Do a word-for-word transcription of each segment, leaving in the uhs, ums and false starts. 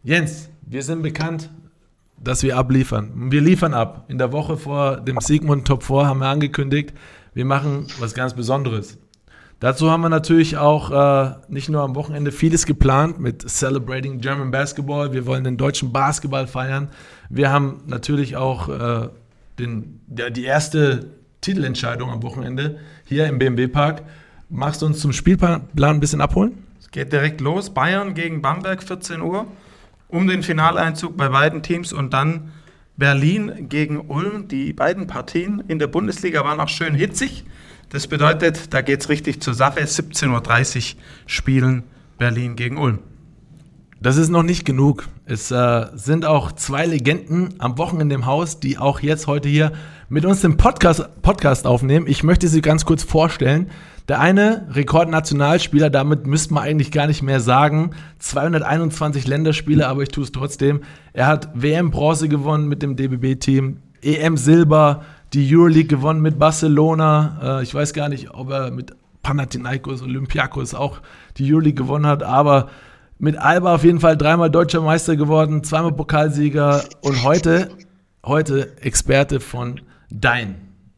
Jens, wir sind bekannt, dass wir abliefern. Wir liefern ab. In der Woche vor dem Sigmund Top vier haben wir angekündigt, wir machen was ganz Besonderes. Dazu haben wir natürlich auch äh, nicht nur am Wochenende vieles geplant mit Celebrating German Basketball. Wir wollen den deutschen Basketball feiern. Wir haben natürlich auch äh, den, der, die erste Titelentscheidung am Wochenende hier im B M W-Park. Magst du uns zum Spielplan ein bisschen abholen? Es geht direkt los. Bayern gegen Bamberg, vierzehn Uhr. Um den Finaleinzug bei beiden Teams und dann Berlin gegen Ulm. Die beiden Partien in der Bundesliga waren auch schön hitzig. Das bedeutet, da geht es richtig zur Sache. siebzehn Uhr dreißig spielen Berlin gegen Ulm. Das ist noch nicht genug. Es äh, sind auch zwei Legenden am Wochenende im Haus, die auch jetzt heute hier mit uns den Podcast, Podcast aufnehmen. Ich möchte sie ganz kurz vorstellen. Der eine, Rekordnationalspieler, damit müsste man eigentlich gar nicht mehr sagen. zweihunderteinundzwanzig Länderspiele, aber ich tue es trotzdem. Er hat W M-Bronze gewonnen mit dem D B B-Team, E M-Silber, die Euroleague gewonnen mit Barcelona. Äh, ich weiß gar nicht, ob er mit Panathinaikos, Olympiakos auch die Euroleague gewonnen hat, aber mit Alba auf jeden Fall dreimal deutscher Meister geworden, zweimal Pokalsieger und heute, heute Experte von Dein.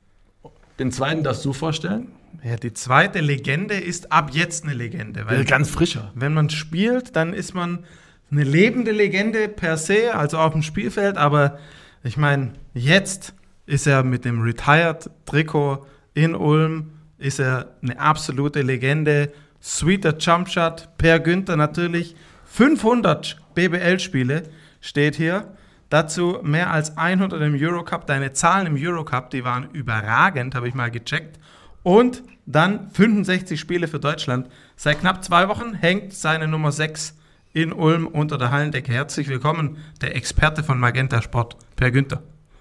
Den zweiten darfst du vorstellen? Ja, die zweite Legende ist ab jetzt eine Legende. Weil ganz frischer. Wenn man spielt, dann ist man eine lebende Legende per se, also auf dem Spielfeld, aber ich meine, jetzt ist er mit dem Retired-Trikot in Ulm, ist er eine absolute Legende. Sweeter Jumpshot, Per Günther natürlich. fünfhundert B B L-Spiele steht hier. Dazu mehr als hundert im Eurocup. Deine Zahlen im Eurocup, die waren überragend, habe ich mal gecheckt. Und dann fünfundsechzig Spiele für Deutschland. Seit knapp zwei Wochen hängt seine Nummer sechs in Ulm unter der Hallendecke. Herzlich willkommen, der Experte von Magenta Sport, Per Günther.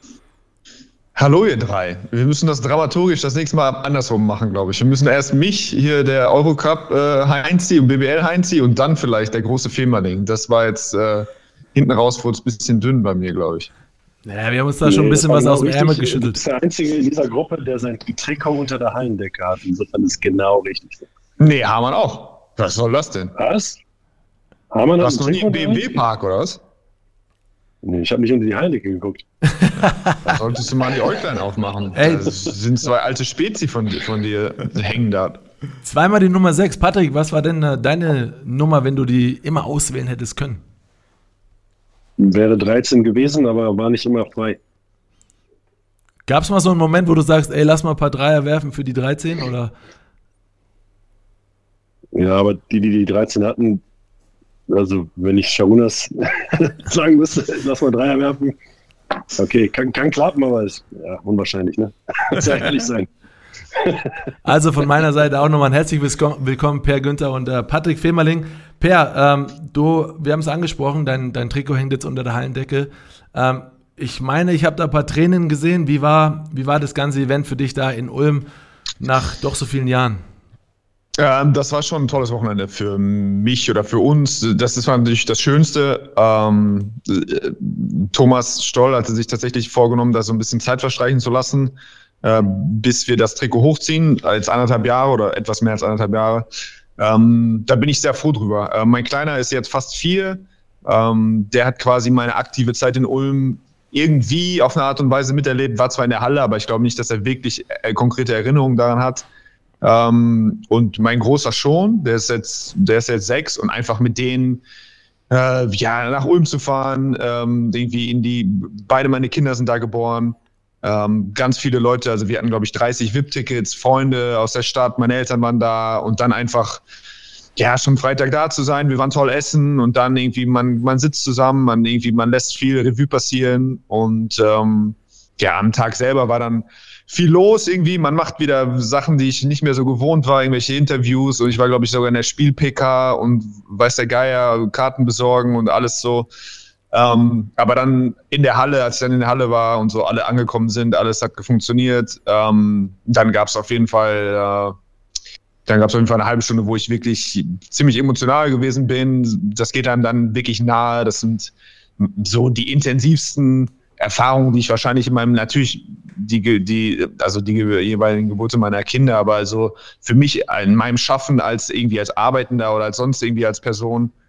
Hallo ihr drei. Wir müssen das dramaturgisch das nächste Mal andersrum machen, glaube ich. Wir müssen erst mich, hier der Eurocup äh, Heinzi und B B L Heinzi und dann vielleicht der große Fehmarling. Das war jetzt äh, hinten raus, wurde es ein bisschen dünn bei mir, glaube ich. Ja, wir haben uns da schon ein bisschen nee, was aus dem Ärmel geschüttelt. Du bist der Einzige in dieser Gruppe, der sein Trikot unter der Hallendecke hat. Insofern ist genau richtig. Nee, Hamann auch. Was soll das denn? Was? Hamann Warst du noch nie im B M W-Park, oder was? Nee, ich habe nicht unter die Hallendecke geguckt. Da solltest du mal die Äuglein aufmachen. Ey, das sind zwei alte Spezi von, von dir hängen da. Zweimal die Nummer sechs. Patrick, was war denn äh, deine Nummer, wenn du die immer auswählen hättest können? Wäre dreizehn gewesen, aber war nicht immer frei. Gab es mal so einen Moment, wo du sagst, ey, lass mal ein paar Dreier werfen für die dreizehn, oder? Ja, aber die, die die dreizehn hatten, also wenn ich Sharunas sagen müsste, lass mal Dreier werfen. Okay, kann, kann klappen, aber ist ja unwahrscheinlich, ne? Muss ja ehrlich sein. Also von meiner Seite auch nochmal ein herzlich willkommen, Per Günther und äh, Patrick Fehmerling. Per, ähm, du, wir haben es angesprochen, dein, dein Trikot hängt jetzt unter der Hallendecke. Ähm, ich meine, ich habe da ein paar Tränen gesehen. Wie war, wie war das ganze Event für dich da in Ulm nach doch so vielen Jahren? Ähm, das war schon ein tolles Wochenende für mich oder für uns. Das ist natürlich das Schönste. Ähm, Thomas Stoll hatte sich tatsächlich vorgenommen, da so ein bisschen Zeit verstreichen zu lassen, äh, bis wir das Trikot hochziehen, als anderthalb Jahre oder etwas mehr als anderthalb Jahre. Ähm, da bin ich sehr froh drüber. Äh, mein Kleiner ist jetzt fast vier. Ähm, der hat quasi meine aktive Zeit in Ulm irgendwie auf eine Art und Weise miterlebt, war zwar in der Halle, aber ich glaube nicht, dass er wirklich äh, konkrete Erinnerungen daran hat. Ähm, und mein Großer schon, der ist jetzt, der ist jetzt sechs und einfach mit denen äh, ja, nach Ulm zu fahren, ähm, irgendwie in die, beide meine Kinder sind da geboren, ähm, ganz viele Leute, also wir hatten glaube ich dreißig V I P-Tickets, Freunde aus der Stadt, meine Eltern waren da und dann einfach, ja, schon Freitag da zu sein, wir waren toll essen und dann irgendwie, man, man sitzt zusammen, man irgendwie, man lässt viel Revue passieren und ähm, ja, am Tag selber war dann viel los irgendwie, man macht wieder Sachen, die ich nicht mehr so gewohnt war, irgendwelche Interviews und ich war, glaube ich, sogar in der Spiel-P K und weiß der Geier, Karten besorgen und alles so. Ähm, aber dann in der Halle, als ich dann in der Halle war und so alle angekommen sind, alles hat funktioniert, ähm, dann gab es auf jeden Fall, äh, dann gab es auf jeden Fall eine halbe Stunde, wo ich wirklich ziemlich emotional gewesen bin. Das geht einem dann wirklich nahe, das sind so die intensivsten Erfahrungen, die ich wahrscheinlich in meinem, natürlich die, die, also die jeweiligen Geburte meiner Kinder, aber also für mich in meinem Schaffen als irgendwie als Arbeitender oder als sonst irgendwie als Person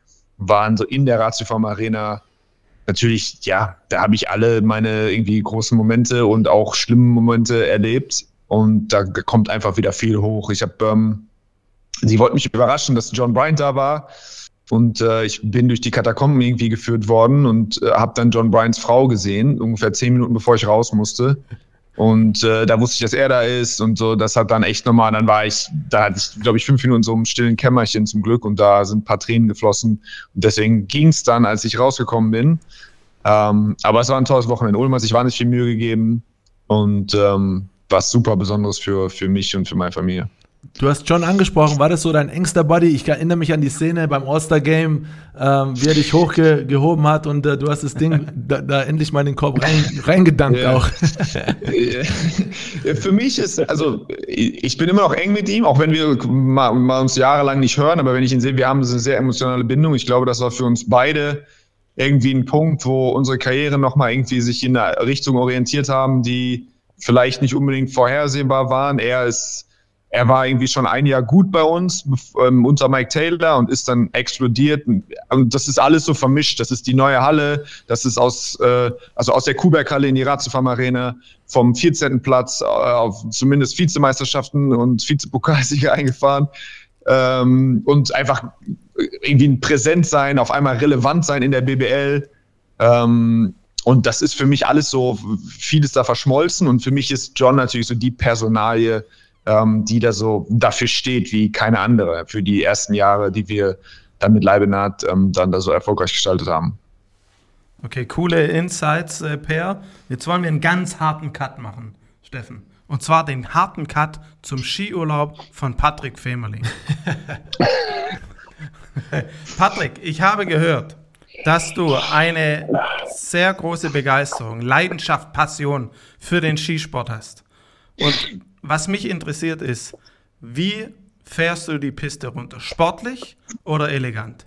waren so in der Ratiofarm Arena. Natürlich, ja, da habe ich alle meine irgendwie großen Momente und auch schlimmen Momente erlebt. Und da kommt einfach wieder viel hoch. Ich habe, ähm, sie wollten mich überraschen, dass John Bryant da war. Und äh, ich bin durch die Katakomben irgendwie geführt worden und äh, habe dann John Bryants Frau gesehen, ungefähr zehn Minuten bevor ich raus musste. Und äh, da wusste ich, dass er da ist und so. Das hat dann echt nochmal, dann war ich, da hatte ich, glaube ich, fünf Minuten so im stillen Kämmerchen zum Glück und da sind ein paar Tränen geflossen. Und deswegen ging es dann, als ich rausgekommen bin. Ähm, aber es war ein tolles Wochenende. Ulm hat sich wahnsinnig viel Mühe gegeben und ähm, was super Besonderes für, für mich und für meine Familie. Du hast John angesprochen, war das so dein engster Buddy? Ich erinnere mich an die Szene beim All-Star-Game, ähm, wie er dich hochgehoben hat und äh, du hast das Ding da, da endlich mal in den Korb rein, reingedankt ja. auch. Für mich ist, also ich bin immer noch eng mit ihm, auch wenn wir mal, mal uns jahrelang nicht hören, aber wenn ich ihn sehe, wir haben eine sehr emotionale Bindung. Ich glaube, das war für uns beide irgendwie ein Punkt, wo unsere Karriere nochmal irgendwie sich in eine Richtung orientiert haben, die vielleicht nicht unbedingt vorhersehbar waren. Er ist Er war irgendwie schon ein Jahr gut bei uns ähm, unter Mike Taylor und ist dann explodiert. Und das ist alles so vermischt. Das ist die neue Halle. Das ist aus, äh, also aus der Kuhberg-Halle in die Ratiofarm Arena vom vierzehnten Platz äh, auf zumindest Vizemeisterschaften und Vizepokalsieger eingefahren. Ähm, und einfach irgendwie ein Präsent sein, auf einmal relevant sein in der B B L. Ähm, und das ist für mich alles so, vieles da verschmolzen. Und für mich ist John natürlich so die Personalie, Ähm, die da so dafür steht wie keine andere, für die ersten Jahre, die wir dann mit Leibenhardt ähm, dann da so erfolgreich gestaltet haben. Okay, coole Insights, äh, Per. Jetzt wollen wir einen ganz harten Cut machen, Steffen. Und zwar den harten Cut zum Skiurlaub von Patrick Femerling. Patrick, ich habe gehört, dass du eine sehr große Begeisterung, Leidenschaft, Passion für den Skisport hast. Und was mich interessiert ist, wie fährst du die Piste runter? Sportlich oder elegant?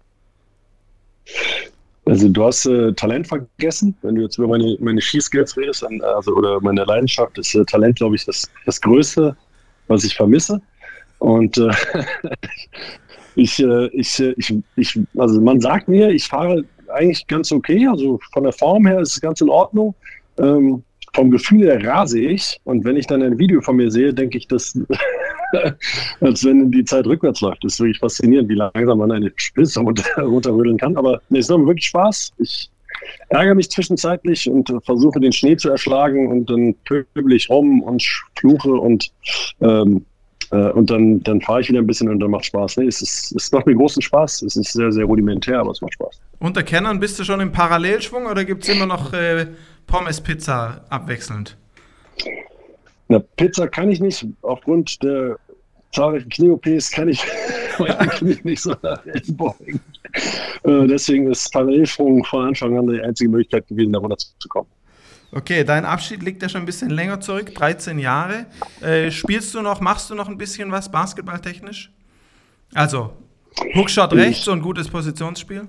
Also du hast äh, Talent vergessen, wenn du jetzt über meine, meine Skiskills redest, dann, also, oder meine Leidenschaft, ist äh, Talent, glaube ich, das, das Größte, was ich vermisse. Und äh, ich, äh, ich, ich, ich, also man sagt mir, ich fahre eigentlich ganz okay, also von der Form her ist es ganz in Ordnung. Ähm, Vom Gefühl her rase ich und wenn ich dann ein Video von mir sehe, denke ich, dass als wenn die Zeit rückwärts läuft. Das ist wirklich faszinierend, wie langsam man eine Spitze runterrödeln kann. Aber nee, es macht wirklich Spaß. Ich ärgere mich zwischenzeitlich und versuche den Schnee zu erschlagen und dann pöbel ich rum und fluche und, ähm, äh, und dann, dann fahre ich wieder ein bisschen und dann macht Spaß. Nee, es, ist, es macht mir großen Spaß. Es ist sehr, sehr rudimentär, aber es macht Spaß. Unter Kennern bist du schon im Parallelschwung oder gibt es immer noch äh, Pommes, Pizza abwechselnd? Na, Pizza kann ich nicht. Aufgrund der zahlreichen Knie-O Ps kann ich meine Knie nicht so nach hinten beugen. Äh, deswegen ist Parallelschwung von Anfang an die einzige Möglichkeit gewesen, da runterzukommen. Okay, dein Abschied liegt ja schon ein bisschen länger zurück, dreizehn Jahre. Äh, spielst du noch, machst du noch ein bisschen was basketballtechnisch? Also, Hookshot rechts und gutes Positionsspiel?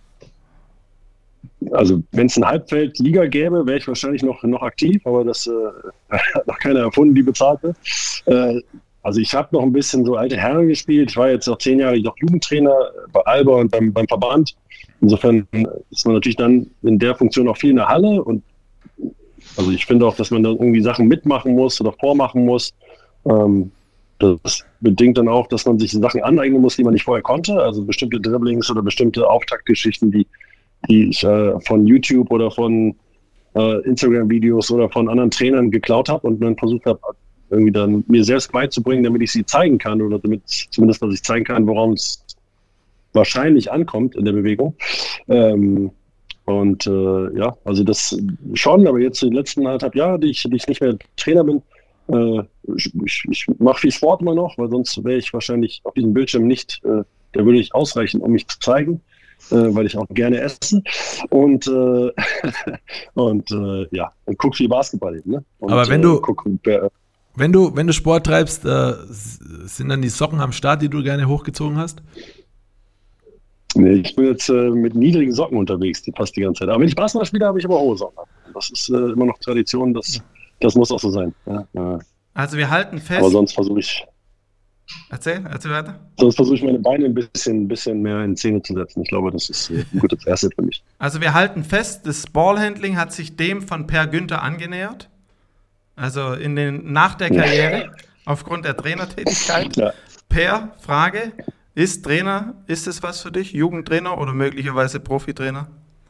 Also, wenn es ein Halbfeld-Liga gäbe, wäre ich wahrscheinlich noch, noch aktiv, aber das äh, hat noch keiner erfunden, die bezahlt wird. Äh, also, ich habe noch ein bisschen so alte Herren gespielt. Ich war jetzt noch zehn Jahre noch Jugendtrainer bei Alba und beim, beim Verband. Insofern ist man natürlich dann in der Funktion auch viel in der Halle. Und also, ich finde auch, dass man da irgendwie Sachen mitmachen muss oder vormachen muss. Ähm, das bedingt dann auch, dass man sich Sachen aneignen muss, die man nicht vorher konnte. Also, bestimmte Dribblings oder bestimmte Auftaktgeschichten, die die ich äh, von YouTube oder von äh, Instagram-Videos oder von anderen Trainern geklaut habe und dann versucht habe, irgendwie dann mir selbst beizubringen, damit ich sie zeigen kann oder damit zumindest, dass ich zeigen kann, worauf es wahrscheinlich ankommt in der Bewegung. Ähm, und äh, ja, also das schon, aber jetzt in den letzten anderthalb Jahren, die ich, die ich nicht mehr Trainer bin, äh, ich, ich mache viel Sport immer noch, weil sonst wäre ich wahrscheinlich auf diesem Bildschirm nicht, äh, der würde nicht ausreichen, um mich zu zeigen. Äh, weil ich auch gerne esse und äh, und äh, ja und guck viel Basketball eben, ne? Und, aber wenn du äh, guck, äh, wenn du wenn du Sport treibst, äh, sind dann die Socken am Start, die du gerne hochgezogen hast? Nee, ich bin jetzt äh, mit niedrigen Socken unterwegs, die passt die ganze Zeit. Aber wenn ich Basketball spiele, habe ich aber hohe Socken. Das ist äh, immer noch Tradition, das das muss auch so sein. Ja? Also wir halten fest. Aber sonst versuche ich Erzähl, erzähl weiter. Sonst versuche ich meine Beine ein bisschen, ein bisschen mehr in Szene zu setzen. Ich glaube, das ist ein gutes Asset für mich. Also wir halten fest, das Ballhandling hat sich dem von Per Günther angenähert. Also in den, nach der Karriere, aufgrund der Trainertätigkeit. Ja. Per, Frage, ist Trainer, ist es was für dich? Jugendtrainer oder möglicherweise Profitrainer?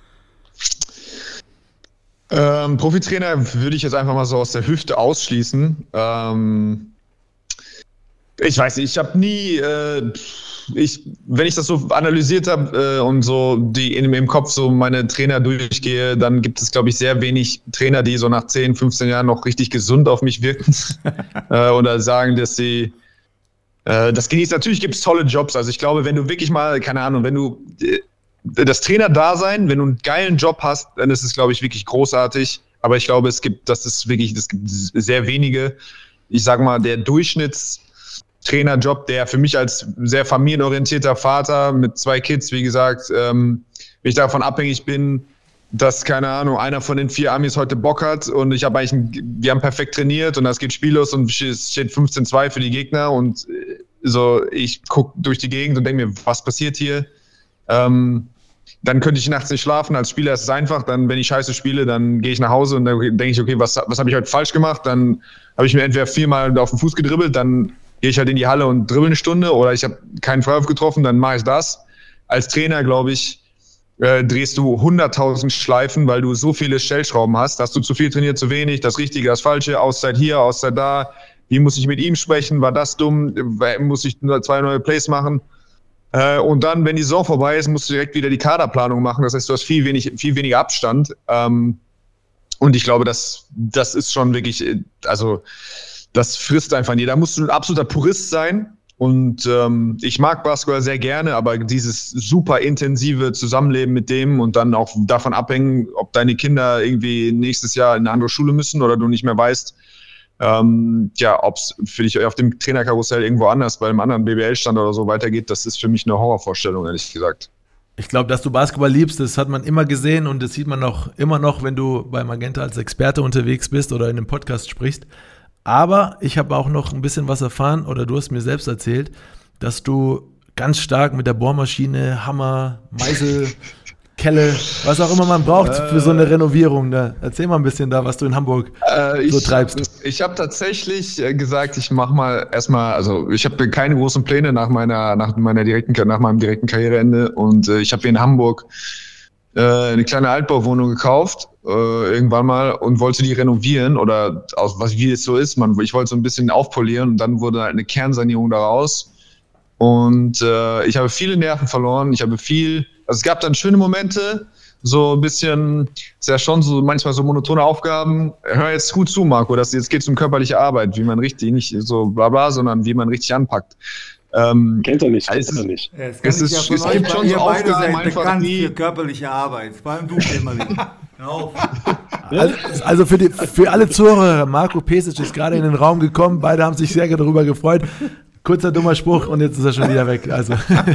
Ähm, Profitrainer würde ich jetzt einfach mal so aus der Hüfte ausschließen. Ähm, ich weiß nicht, ich habe nie, äh, ich, wenn ich das so analysiert habe äh, und so die in, im Kopf so meine Trainer durchgehe, dann gibt es, glaube ich, sehr wenig Trainer, die so nach zehn, fünfzehn Jahren noch richtig gesund auf mich wirken äh, oder sagen, dass sie äh, das genießen. Natürlich gibt es tolle Jobs. Also ich glaube, wenn du wirklich mal, keine Ahnung, wenn du äh, das Trainer-Dasein, wenn du einen geilen Job hast, dann ist es, glaube ich, wirklich großartig. Aber ich glaube, es gibt, das ist wirklich, es gibt sehr wenige. Ich sage mal, der Durchschnittstrainerjob, der für mich als sehr familienorientierter Vater mit zwei Kids, wie gesagt, ähm, wenn ich davon abhängig bin, dass, keine Ahnung, einer von den vier Amis heute Bock hat und ich habe eigentlich, ein, wir haben perfekt trainiert und das geht spiellos und es steht fünfzehn zwei für die Gegner und so, ich gucke durch die Gegend und denke mir, was passiert hier? Ähm, dann könnte ich nachts nicht schlafen. Als Spieler ist es einfach. Dann, wenn ich scheiße spiele, dann gehe ich nach Hause und dann denke ich, okay, was, was habe ich heute falsch gemacht? Dann habe ich mir entweder viermal auf den Fuß gedribbelt, dann gehe ich halt in die Halle und dribbel eine Stunde oder ich habe keinen Freiwurf getroffen, dann mache ich das. Als Trainer, glaube ich, äh, drehst du hunderttausend Schleifen, weil du so viele Stellschrauben hast. Hast du zu viel trainiert, zu wenig, das Richtige, das Falsche, Auszeit hier, Auszeit da. Wie muss ich mit ihm sprechen? War das dumm? Muss ich nur zwei neue Plays machen? Äh, und dann, wenn die Saison vorbei ist, musst du direkt wieder die Kaderplanung machen. Das heißt, du hast viel, wenig, viel weniger Abstand. Ähm, und ich glaube, das, das ist schon wirklich, also das frisst einfach nie. Da musst du ein absoluter Purist sein. Und ähm, ich mag Basketball sehr gerne, aber dieses super intensive Zusammenleben mit dem und dann auch davon abhängen, ob deine Kinder irgendwie nächstes Jahr in eine andere Schule müssen oder du nicht mehr weißt, Ähm, ja, ob es für dich auf dem Trainerkarussell irgendwo anders bei einem anderen B B L-Stand oder so weitergeht, das ist für mich eine Horrorvorstellung, ehrlich gesagt. Ich glaube, dass du Basketball liebst, das hat man immer gesehen und das sieht man auch immer noch, wenn du bei Magenta als Experte unterwegs bist oder in einem Podcast sprichst. Aber ich habe auch noch ein bisschen was erfahren, oder du hast mir selbst erzählt, dass du ganz stark mit der Bohrmaschine, Hammer, Meißel, Kelle, was auch immer man braucht äh, für so eine Renovierung. Da. Erzähl mal ein bisschen da, was du in Hamburg äh, so ich, treibst. Ich habe tatsächlich gesagt, ich mache mal erstmal, also ich habe keine großen Pläne nach meiner, nach meiner direkten, nach meinem direkten Karriereende und äh, ich habe hier in Hamburg äh, eine kleine Altbauwohnung gekauft äh, irgendwann mal und wollte die renovieren oder aus was wie es so ist, man, ich wollte so ein bisschen aufpolieren und dann wurde halt eine Kernsanierung daraus und äh, ich habe viele Nerven verloren, ich habe viel Also es gab dann schöne Momente, so ein bisschen, ist ja schon so manchmal so monotone Aufgaben. Hör jetzt gut zu, Marco, dass jetzt geht es um körperliche Arbeit, wie man richtig, nicht so bla bla, sondern wie man richtig anpackt. Ähm, kennt er nicht, kennt es, er nicht. Ja, das kann es ich ist, ja es von gibt euch, schon ihr so beide Aufgaben seid einfach, bekannt die... für körperliche Arbeit. Vor allem du, Emmerling. Hör auf. Also, also für, die, für alle Zuhörer, Marco Pesic ist gerade in den Raum gekommen, beide haben sich sehr darüber gefreut. Kurzer dummer Spruch und jetzt ist er schon wieder weg. Also...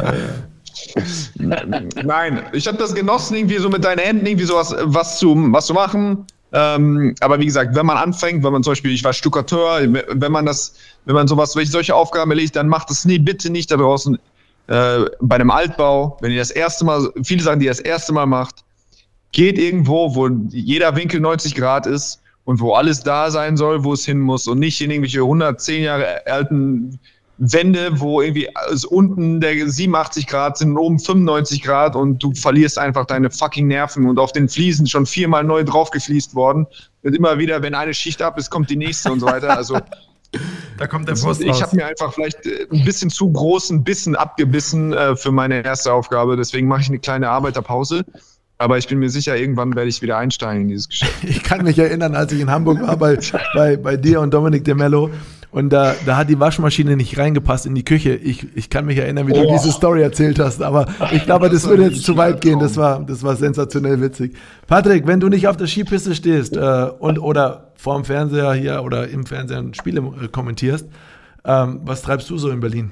Nein, ich habe das genossen, irgendwie so mit deinen Händen irgendwie sowas was zu, was zu machen. Ähm, aber wie gesagt, wenn man anfängt, wenn man zum Beispiel, ich war Stuckateur, wenn man das, wenn man sowas, wenn ich solche Aufgaben erledigt, dann macht es nie, bitte nicht da draußen äh, bei einem Altbau, wenn ihr das erste Mal, viele sagen, die ihr das erste Mal macht, geht irgendwo, wo jeder Winkel neunzig Grad ist und wo alles da sein soll, wo es hin muss und nicht in irgendwelche hundertzehn Jahre alten Wände, wo irgendwie also unten der siebenundachtzig Grad sind und oben fünfundneunzig Grad und du verlierst einfach deine fucking Nerven und auf den Fliesen schon viermal neu drauf gefliest worden und immer wieder, wenn eine Schicht ab ist, kommt die nächste und so weiter. Also da kommt der Frust ich habe mir einfach vielleicht ein bisschen zu großen Bissen abgebissen äh, für meine erste Aufgabe, deswegen mache ich eine kleine Arbeiterpause. Aber ich bin mir sicher, irgendwann werde ich wieder einsteigen in dieses Geschäft. Ich kann mich erinnern, als ich in Hamburg war bei, bei, bei dir und Dominik de Mello und da, da hat die Waschmaschine nicht reingepasst in die Küche. Ich, ich kann mich erinnern, wie oh. du diese Story erzählt hast, aber ich glaube, das, das würde jetzt zu weit gehen. Das war, das war sensationell witzig. Patrick, wenn du nicht auf der Skipiste stehst äh, und oder vorm Fernseher hier oder im Fernsehen Spiele äh, kommentierst, ähm, was treibst du so in Berlin?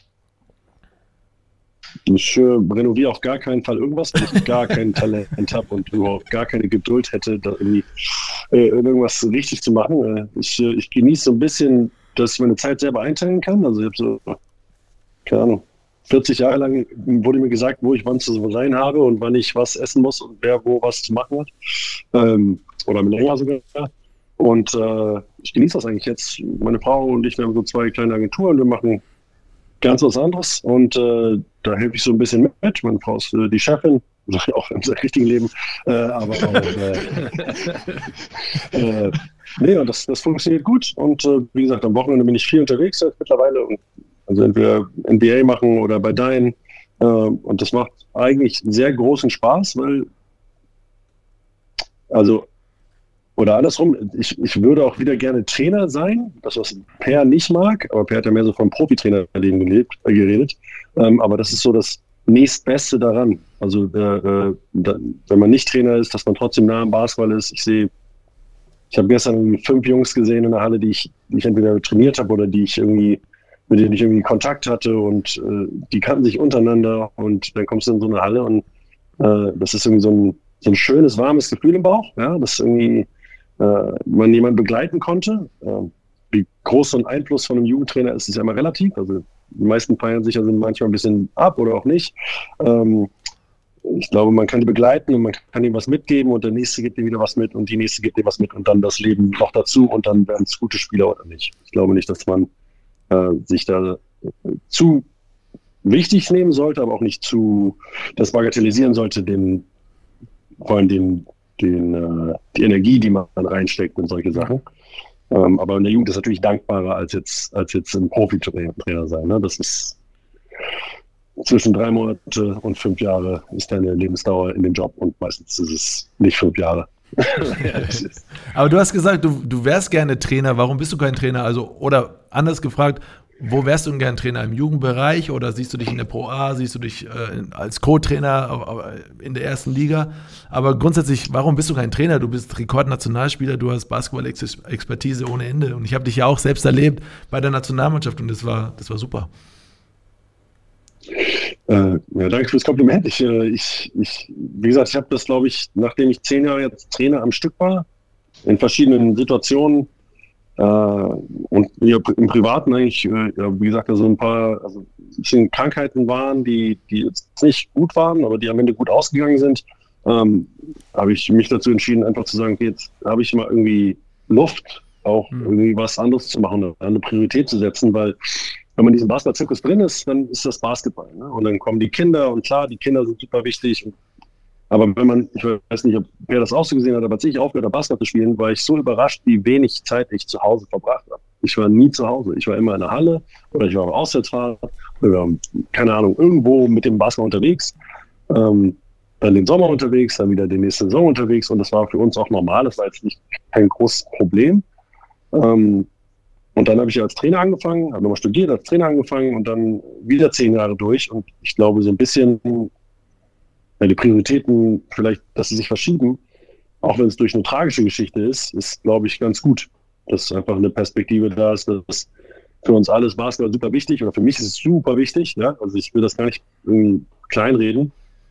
Ich äh, renoviere auf gar keinen Fall irgendwas, weil ich gar kein Talent habe und überhaupt gar keine Geduld hätte, da irgendwie äh, irgendwas richtig zu machen. Äh, ich, äh, ich genieße so ein bisschen dass ich meine Zeit selber einteilen kann. Also ich habe so, keine Ahnung, vierzig Jahre lang wurde mir gesagt, wo ich wann zu sein habe und wann ich was essen muss und wer wo was zu machen hat. Ähm, oder länger sogar. Und äh, ich genieße das eigentlich jetzt. Meine Frau und ich, wir haben so zwei kleine Agenturen, wir machen ganz was anderes und äh, da helfe ich so ein bisschen mit. Meine Frau ist äh, die Chefin, auch im richtigen Leben, äh, aber auch, äh, äh, nee, und das, das funktioniert gut und äh, wie gesagt, am Wochenende bin ich viel unterwegs jetzt mittlerweile und also entweder N B A machen oder bei Dine. Äh, und das macht eigentlich sehr großen Spaß, weil, also, oder andersrum, ich, ich würde auch wieder gerne Trainer sein, das was Per nicht mag, aber Per hat ja mehr so vom Profitrainerleben gelebt, äh, geredet. Ähm, aber das ist so das nächstbeste daran. Also, äh, da, wenn man nicht Trainer ist, dass man trotzdem nah am Basketball ist. Ich sehe, ich habe gestern fünf Jungs gesehen in der Halle, die ich, die ich entweder trainiert habe oder die ich irgendwie mit denen ich irgendwie Kontakt hatte und äh, die kannten sich untereinander und dann kommst du in so eine Halle und äh, das ist irgendwie so ein, so ein schönes, warmes Gefühl im Bauch, ja, dass irgendwie äh, man jemanden begleiten konnte. Äh, wie groß so ein Einfluss von einem Jugendtrainer ist, ist ja immer relativ. Also die meisten feiern sich also manchmal ein bisschen ab oder auch nicht. Ähm, ich glaube, man kann die begleiten und man kann ihnen was mitgeben und der Nächste gibt dir wieder was mit und die Nächste gibt dir was mit und dann das Leben noch dazu und dann werden es gute Spieler oder nicht. Ich glaube nicht, dass man sich da zu wichtig nehmen sollte, aber auch nicht zu das bagatellisieren sollte, den, vor allem den, den, äh, die Energie, die man dann reinsteckt in solche Sachen. Ähm, aber in der Jugend ist natürlich dankbarer als jetzt, als jetzt ein Profi-Trainer sein. Ne? Das ist zwischen drei Monate und fünf Jahre ist deine Lebensdauer in dem Job und meistens ist es nicht fünf Jahre. Aber du hast gesagt, du, du wärst gerne Trainer. Warum bist du kein Trainer? Also, oder anders gefragt, wo wärst du denn gerne Trainer? Im Jugendbereich oder siehst du dich in der Pro A? Siehst du dich äh, als Co-Trainer in der ersten Liga? Aber grundsätzlich, warum bist du kein Trainer? Du bist Rekordnationalspieler, du hast Basketball-Expertise ohne Ende. Und ich habe dich ja auch selbst erlebt bei der Nationalmannschaft und das war, das war super. Äh, ja, danke fürs Kompliment. Ich, äh, ich, ich, wie gesagt, ich habe das, glaube ich, nachdem ich zehn Jahre jetzt Trainer am Stück war, in verschiedenen Situationen äh, und ja, im Privaten eigentlich, äh, ja, wie gesagt, also ein paar also ein bisschen Krankheiten waren, die, die jetzt nicht gut waren, aber die am Ende gut ausgegangen sind, ähm, habe ich mich dazu entschieden, einfach zu sagen, okay, jetzt habe ich mal irgendwie Luft, auch mhm. irgendwie was anderes zu machen, eine Priorität zu setzen, weil wenn man in diesem Basketball-Zirkus drin ist, dann ist das Basketball. Ne? Und dann kommen die Kinder und klar, die Kinder sind super wichtig. Aber wenn man, ich weiß nicht, ob wer das auch so gesehen hat, aber als ich aufgehört habe, Basketball zu spielen, war ich so überrascht, wie wenig Zeit ich zu Hause verbracht habe. Ich war nie zu Hause. Ich war immer in der Halle oder ich war am Auswärtsfahrt oder, keine Ahnung, irgendwo mit dem Basketball unterwegs. Ähm, dann den Sommer unterwegs, dann wieder den nächsten Saison unterwegs. Und das war für uns auch normal. Das war jetzt nicht kein großes Problem. Ähm, Und dann habe ich als Trainer angefangen, habe nochmal studiert, als Trainer angefangen und dann wieder zehn Jahre durch. Und ich glaube, so ein bisschen, ja, die Prioritäten vielleicht, dass sie sich verschieben, auch wenn es durch eine tragische Geschichte ist, ist, glaube ich, ganz gut. Dass einfach eine Perspektive da ist, dass für uns alles Basketball super wichtig oder für mich ist es super wichtig. Ja? Also ich will das gar nicht irgendwie kleinreden.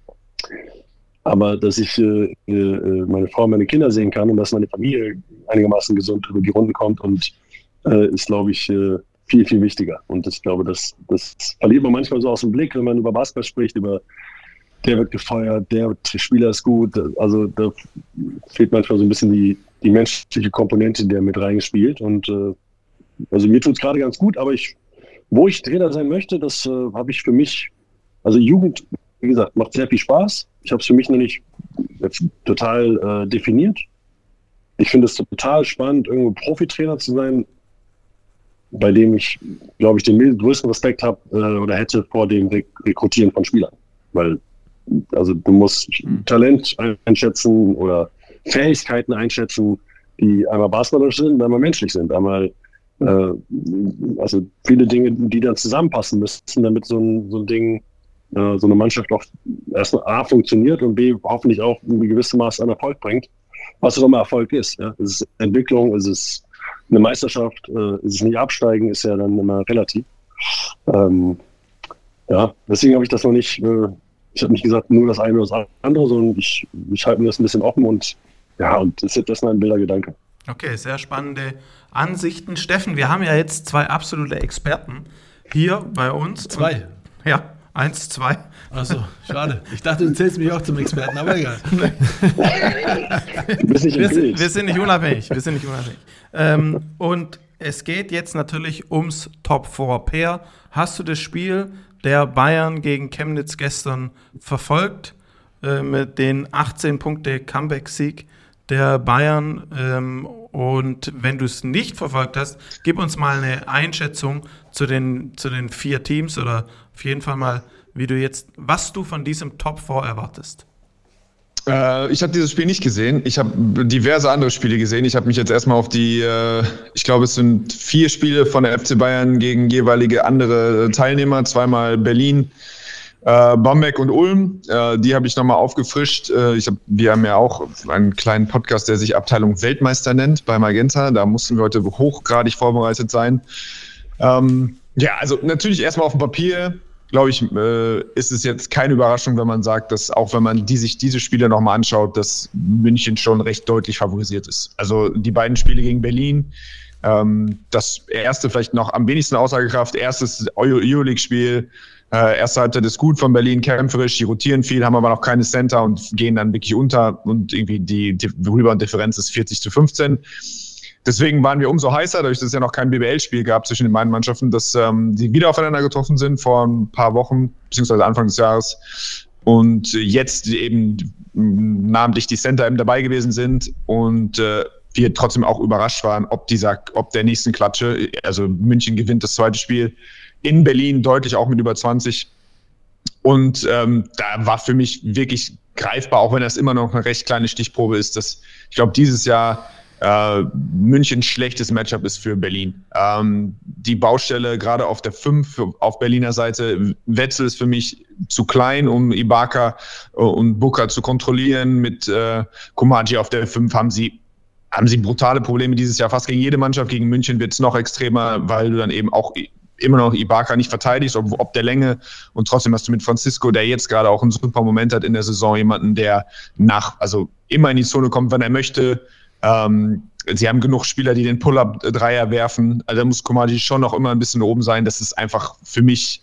Aber dass ich äh, äh, meine Frau und meine Kinder sehen kann und dass meine Familie einigermaßen gesund über die Runden kommt und äh, ist, glaube ich, äh, viel, viel wichtiger. Und ich glaube, das, das verliert man manchmal so aus dem Blick, wenn man über Basketball spricht, über der wird gefeuert, der Spieler ist gut. Also da fehlt manchmal so ein bisschen die, die menschliche Komponente, der mit reingespielt. Und äh, also mir tut es gerade ganz gut, aber ich, wo ich Trainer sein möchte, das äh, habe ich für mich, also Jugend, wie gesagt, macht sehr viel Spaß. Ich habe es für mich noch nicht jetzt total äh, definiert. Ich finde es total spannend, irgendwo Profitrainer zu sein, bei dem ich, glaube ich, den größten Respekt habe äh, oder hätte vor dem Re- Rekrutieren von Spielern. Weil, also du musst mhm. Talent einschätzen oder Fähigkeiten einschätzen, die einmal basketballerisch sind, einmal menschlich sind. Einmal, äh, also viele Dinge, die dann zusammenpassen müssen, damit so ein, so ein Ding, äh, so eine Mannschaft auch erstmal A funktioniert und B hoffentlich auch ein gewisses Maß an Erfolg bringt. Was auch immer Erfolg ist. Ja? Es ist Entwicklung, es ist eine Meisterschaft, äh, es ist nicht absteigen, ist ja dann immer relativ. Ähm, ja, deswegen habe ich das noch nicht, äh, ich habe nicht gesagt, nur das eine oder das andere, sondern ich, ich halte mir das ein bisschen offen und ja, und das ist jetzt erstmal ein wilder Gedanke. Okay, sehr spannende Ansichten. Steffen, wir haben ja jetzt zwei absolute Experten hier bei uns. Zwei? Und, ja, eins, zwei. Achso, schade. Ich dachte, du zählst mich auch zum Experten, aber egal. Du bist nicht Wir sind, im wir sind nicht unabhängig. Wir sind nicht unabhängig. Ähm, und es geht jetzt natürlich ums Top vier. Per, hast du das Spiel der Bayern gegen Chemnitz gestern verfolgt? Äh, mit den achtzehn Punkte Comeback-Sieg der Bayern. Ähm, und wenn du es nicht verfolgt hast, gib uns mal eine Einschätzung zu den, zu den vier Teams oder auf jeden Fall mal, wie du jetzt, was du von diesem Top vier erwartest. Äh, ich habe dieses Spiel nicht gesehen. Ich habe diverse andere Spiele gesehen. Ich habe mich jetzt erstmal auf die, äh, ich glaube, es sind vier Spiele von der F C Bayern gegen jeweilige andere Teilnehmer, zweimal Berlin, äh, Bamberg und Ulm. Äh, die habe ich nochmal aufgefrischt. Äh, ich hab, wir haben ja auch einen kleinen Podcast, der sich Abteilung Weltmeister nennt bei Magenta. Da mussten wir heute hochgradig vorbereitet sein. Ähm, ja, also natürlich erstmal auf dem Papier, glaube ich, äh, ist es jetzt keine Überraschung, wenn man sagt, dass auch wenn man die, sich diese Spiele nochmal anschaut, dass München schon recht deutlich favorisiert ist. Also die beiden Spiele gegen Berlin, ähm, das erste vielleicht noch am wenigsten Aussagekraft, erstes Euroleague-Spiel, äh, erste Halbzeit ist gut von Berlin, kämpferisch, die rotieren viel, haben aber noch keine Center und gehen dann wirklich unter und irgendwie die, die Rebound-Differenz ist vierzig zu fünfzehn. Deswegen waren wir umso heißer, dadurch, dass es ja noch kein B B L-Spiel gab zwischen den beiden Mannschaften, dass ähm, die wieder aufeinander getroffen sind vor ein paar Wochen, beziehungsweise Anfang des Jahres. Und jetzt eben namentlich die Center eben dabei gewesen sind und äh, wir trotzdem auch überrascht waren, ob dieser, ob der nächsten Klatsche, also München gewinnt das zweite Spiel in Berlin deutlich auch mit über zwanzig. Und ähm, da war für mich wirklich greifbar, auch wenn das immer noch eine recht kleine Stichprobe ist, dass ich glaube, dieses Jahr Uh, München schlechtes Matchup ist für Berlin. Ähm, die Baustelle gerade auf der fünf auf Berliner Seite, Wetzel ist für mich zu klein, um Ibaka und Booker zu kontrollieren. Mit äh, Komaji auf der fünf haben sie haben sie brutale Probleme dieses Jahr. Fast gegen jede Mannschaft. Gegen München wird es noch extremer, weil du dann eben auch immer noch Ibaka nicht verteidigst, ob, ob der Länge. Und trotzdem hast du mit Francisco, der jetzt gerade auch einen super Moment hat in der Saison, jemanden, der nach, also immer in die Zone kommt, wenn er möchte. Ähm, sie haben genug Spieler, die den Pull-Up-Dreier werfen. Also da muss Komaji schon noch immer ein bisschen oben sein. Das ist einfach für mich,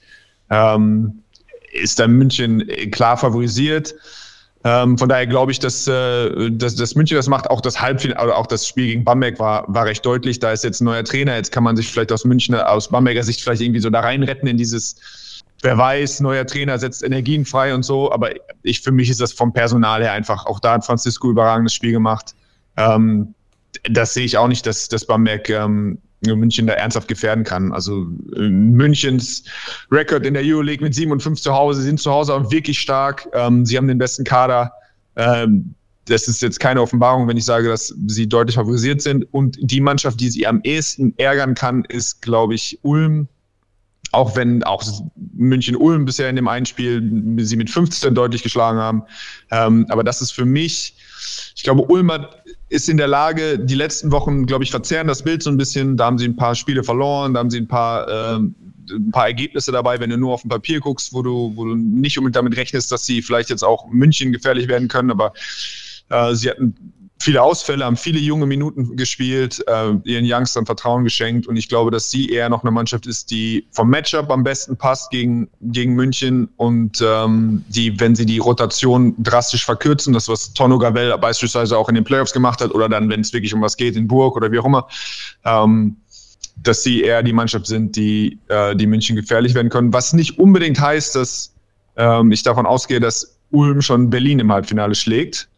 ähm, ist da München klar favorisiert. Ähm, von daher glaube ich, dass, äh, dass, dass München das macht. Auch das Halbfinale, oder auch das Spiel gegen Bamberg war, war recht deutlich. Da ist jetzt ein neuer Trainer. Jetzt kann man sich vielleicht aus Münchner, aus Bamberger Sicht vielleicht irgendwie so da reinretten in dieses, wer weiß, neuer Trainer setzt Energien frei und so. Aber ich, für mich ist das vom Personal her einfach, auch da hat Francisco überragendes Spiel gemacht. Ähm, das sehe ich auch nicht, dass, dass Bamberg ähm, München da ernsthaft gefährden kann. Also äh, Münchens Rekord in der Euroleague mit sieben und fünf zu Hause, sind zu Hause auch wirklich stark. Ähm, sie haben den besten Kader. Ähm, das ist jetzt keine Offenbarung, wenn ich sage, dass sie deutlich favorisiert sind. Und die Mannschaft, die sie am ehesten ärgern kann, ist, glaube ich, Ulm. Auch wenn auch München-Ulm bisher in dem einen Spiel sie mit fünfzehn deutlich geschlagen haben. Ähm, aber das ist für mich, ich glaube, Ulm hat ist in der Lage, die letzten Wochen, glaube ich, verzerren das Bild so ein bisschen. Da haben sie ein paar Spiele verloren, da haben sie ein paar, äh, ein paar Ergebnisse dabei, wenn du nur auf dem Papier guckst, wo du, wo du nicht unbedingt damit rechnest, dass sie vielleicht jetzt auch München gefährlich werden können. Aber äh, sie hatten viele Ausfälle, haben viele junge Minuten gespielt, äh, ihren Youngstern Vertrauen geschenkt. Und ich glaube, dass sie eher noch eine Mannschaft ist, die vom Matchup am besten passt gegen, gegen München. Und ähm, die, wenn sie die Rotation drastisch verkürzen, das was Tonno Gavel beispielsweise auch in den Playoffs gemacht hat, oder dann, wenn es wirklich um was geht, in Burg oder wie auch immer, ähm, dass sie eher die Mannschaft sind, die, äh, die München gefährlich werden können. Was nicht unbedingt heißt, dass ähm, ich davon ausgehe, dass Ulm schon Berlin im Halbfinale schlägt.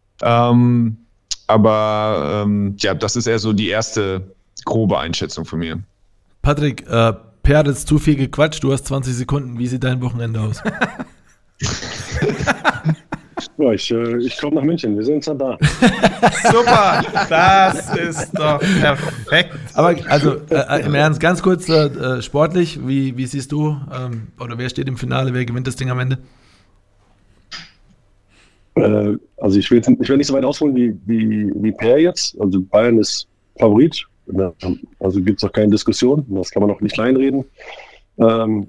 Ähm, Aber ähm, ja, das ist eher so die erste grobe Einschätzung von mir. Patrick, äh, Per hat jetzt zu viel gequatscht. Du hast zwanzig Sekunden. Wie sieht dein Wochenende aus? Ja, ich äh, ich komme nach München. Wir sind dann da. Super, das ist doch perfekt. Aber also äh, im Ernst, ganz kurz äh, sportlich, wie, wie siehst du, ähm, oder wer steht im Finale, wer gewinnt das Ding am Ende? Äh, also ich will, ich will nicht so weit ausholen wie, wie, wie Per jetzt. Also Bayern ist Favorit. Also gibt es auch keine Diskussion. Das kann man auch nicht kleinreden. Ähm,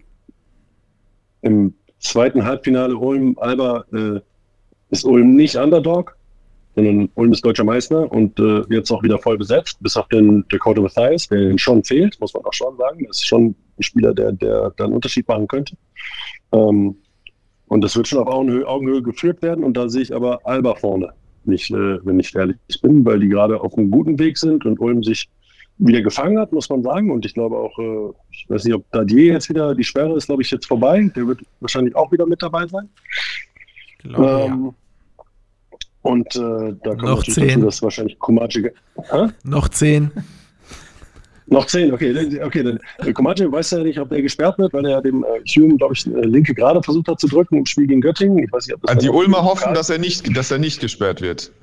Im zweiten Halbfinale Ulm-Alba äh, ist Ulm nicht Underdog. sondern Ulm ist deutscher Meister und äh, jetzt auch wieder voll besetzt, bis auf den Dakota Mathias, der ihnen schon fehlt, muss man auch schon sagen. Das ist schon ein Spieler, der, der da einen Unterschied machen könnte. Ähm, und das wird schon auf Augenhöhe, Augenhöhe geführt werden und da sehe ich aber Alba vorne, nicht, äh, wenn ich ehrlich bin, weil die gerade auf einem guten Weg sind und Ulm sich wieder gefangen hat, muss man sagen. Und ich glaube auch, äh, ich weiß nicht, ob Dadier jetzt wieder, die Sperre ist, glaube ich, jetzt vorbei. Der wird wahrscheinlich auch wieder mit dabei sein. Ich glaube, ähm, ja. Und äh, da kommt Noch natürlich zehn. dazu, dass wahrscheinlich Kumaci... Hä? Noch zehn. Noch zehn, okay. dann- okay dann, äh, Kumaci weiß ja nicht, ob der gesperrt wird, weil er dem äh, Hume, glaube ich, äh, linke Gerade versucht hat zu drücken im Spiel gegen Göttingen. Ich weiß nicht, ob das Die dann- Ulmer hoffen, dass er nicht, dass er nicht gesperrt wird.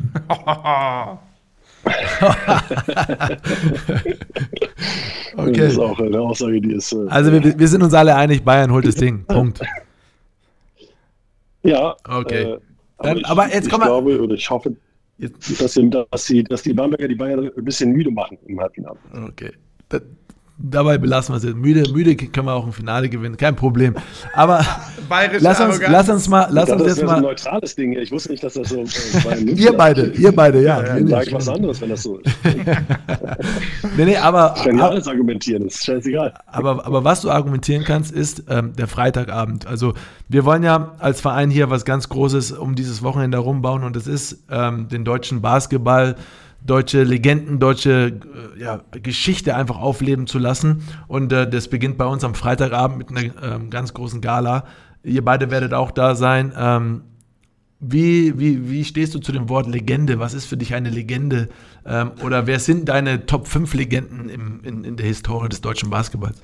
Das Okay. ist auch eine Aussage, die ist... Äh, Also wir, wir sind uns alle einig, Bayern holt das Ding. Punkt. ja. Okay. Äh, Dann- ich, aber jetzt ich kommen wir- glaube oder ich hoffe, Jetzt, dass, sie, dass, sie, dass die Bamberger die Bayern ein bisschen müde machen im Halbfinale. okay. Da, dabei belassen wir es jetzt. Müde, müde können wir auch im Finale gewinnen, kein Problem. Aber Bayerische lass uns, Arroganz. lass uns mal, lass Ich dachte, uns das jetzt wäre so ein mal. neutrales Ding. Ich wusste nicht, dass das so äh, Bayern München Ihr beide, ihr beide, ja. Ja, nee, dann nee, sage ich was anderes, wenn das so ist. nee, nee, aber, Ich kann ja alles argumentieren, das ist scheißegal. aber, aber was du argumentieren kannst, ist ähm, der Freitagabend. Also wir wollen ja als Verein hier was ganz Großes um dieses Wochenende herumbauen und das ist ähm, den deutschen Basketball, deutsche Legenden, deutsche äh, ja, Geschichte einfach aufleben zu lassen. Und äh, das beginnt bei uns am Freitagabend mit einer ähm, ganz großen Gala. Ihr beide werdet auch da sein. Ähm, wie, wie, wie stehst du zu dem Wort Legende? Was ist für dich eine Legende? Ähm, oder wer sind deine Top fünf Legenden im, in, in der Historie des deutschen Basketballs?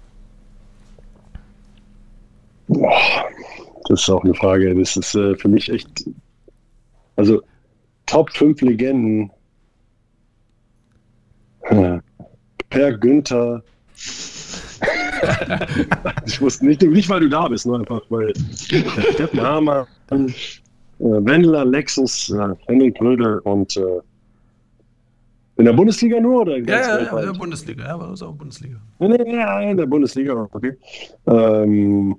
Boah, das ist auch eine Frage. Das ist äh, für mich echt. Also, Top fünf Legenden. Äh, Per Günther. Ich wusste nicht, nicht, weil du da bist, nur einfach, weil Steffen Hamann, äh, Wendler, Alexis, äh, Henrik Grödel und äh, in der Bundesliga nur oder ganz weltweit? Bundesliga. Ja, war das auch Bundesliga. Nee, nee, nee, in der Bundesliga, okay. Ähm,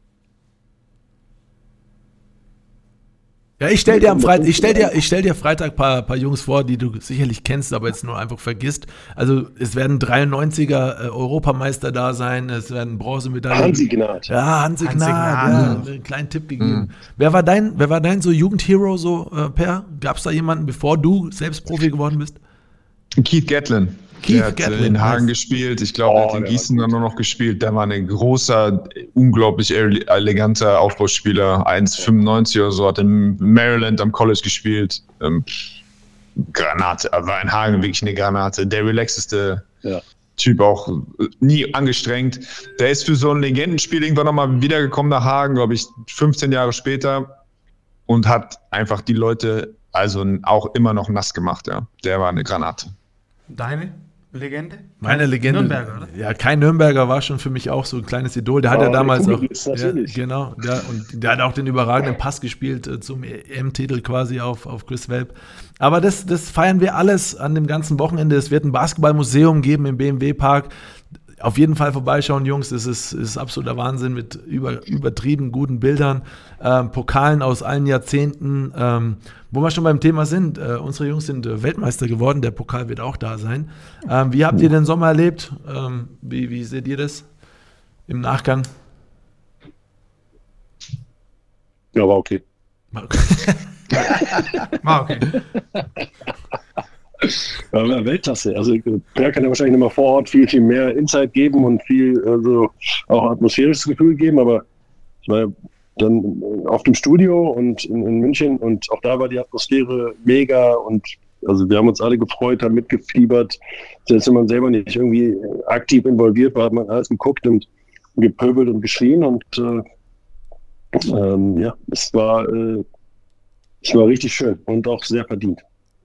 Ja, ich stell dir am Freitag, ich stell dir, ich stell dir Freitag ein paar, paar Jungs vor, die du sicherlich kennst, aber jetzt nur einfach vergisst. Also es werden dreiundneunziger äh, Europameister da sein, es werden Bronzemedaillen. Hansi Gnad. Ja, Hansi Hansi Gnad, Gnad. ja, einen kleinen Tipp gegeben. Wer war dein, wer war dein so Jugendhero so, äh, Per? Gab es da jemanden, bevor du selbst Profi geworden bist? Keith Gatlin. Keith der hat äh, Gatlin, in Hagen nice. gespielt. Ich glaube, Oh, er hat in der Gießen war dann nur noch gespielt. Der war ein großer, unglaublich ele- eleganter Aufbauspieler. eins Komma fünfundneunzig oder so, hat in Maryland am College gespielt. Ähm, Granate, er war in Hagen wirklich eine Granate. Der relaxeste Ja. Typ, auch äh, nie angestrengt. Der ist für so ein Legendenspiel irgendwann nochmal wiedergekommen nach Hagen, glaube ich, fünfzehn Jahre später und hat einfach die Leute also auch immer noch nass gemacht. Ja. Der war eine Granate. Deine Legende? Meine Legende. Nürnberger, oder? Ja, kein Nürnberger war schon für mich auch so ein kleines Idol. Der hat Oh, ja damals der auch. Kugelblitz, Ja, natürlich. genau. Der, und der hat auch den überragenden Pass gespielt äh, zum E M-Titel quasi auf, auf Chris Welp. Aber das, das feiern wir alles an dem ganzen Wochenende. Es wird ein Basketballmuseum geben im B M W-Park. Auf jeden Fall vorbeischauen, Jungs. Das ist, ist absoluter Wahnsinn mit über, übertrieben guten Bildern, ähm, Pokalen aus allen Jahrzehnten. Ähm, wo wir schon beim Thema sind, äh, unsere Jungs sind äh, Weltmeister geworden. Der Pokal wird auch da sein. Ähm, wie habt ihr den Sommer erlebt? Ähm, wie, wie seht ihr das im Nachgang? Ja, war okay. Ah, okay. Ja, war Weltklasse. Also Per kann ja wahrscheinlich nochmal vor Ort viel, viel mehr Insight geben und viel also auch atmosphärisches Gefühl geben, aber ich war dann auf dem Studio und in, in München und auch da war die Atmosphäre mega und also wir haben uns alle gefreut, haben mitgefiebert. Selbst wenn man selber nicht irgendwie aktiv involviert war, hat man alles geguckt und gepöbelt und geschrien und äh, ähm, ja, es war, äh, es war richtig schön und auch sehr verdient.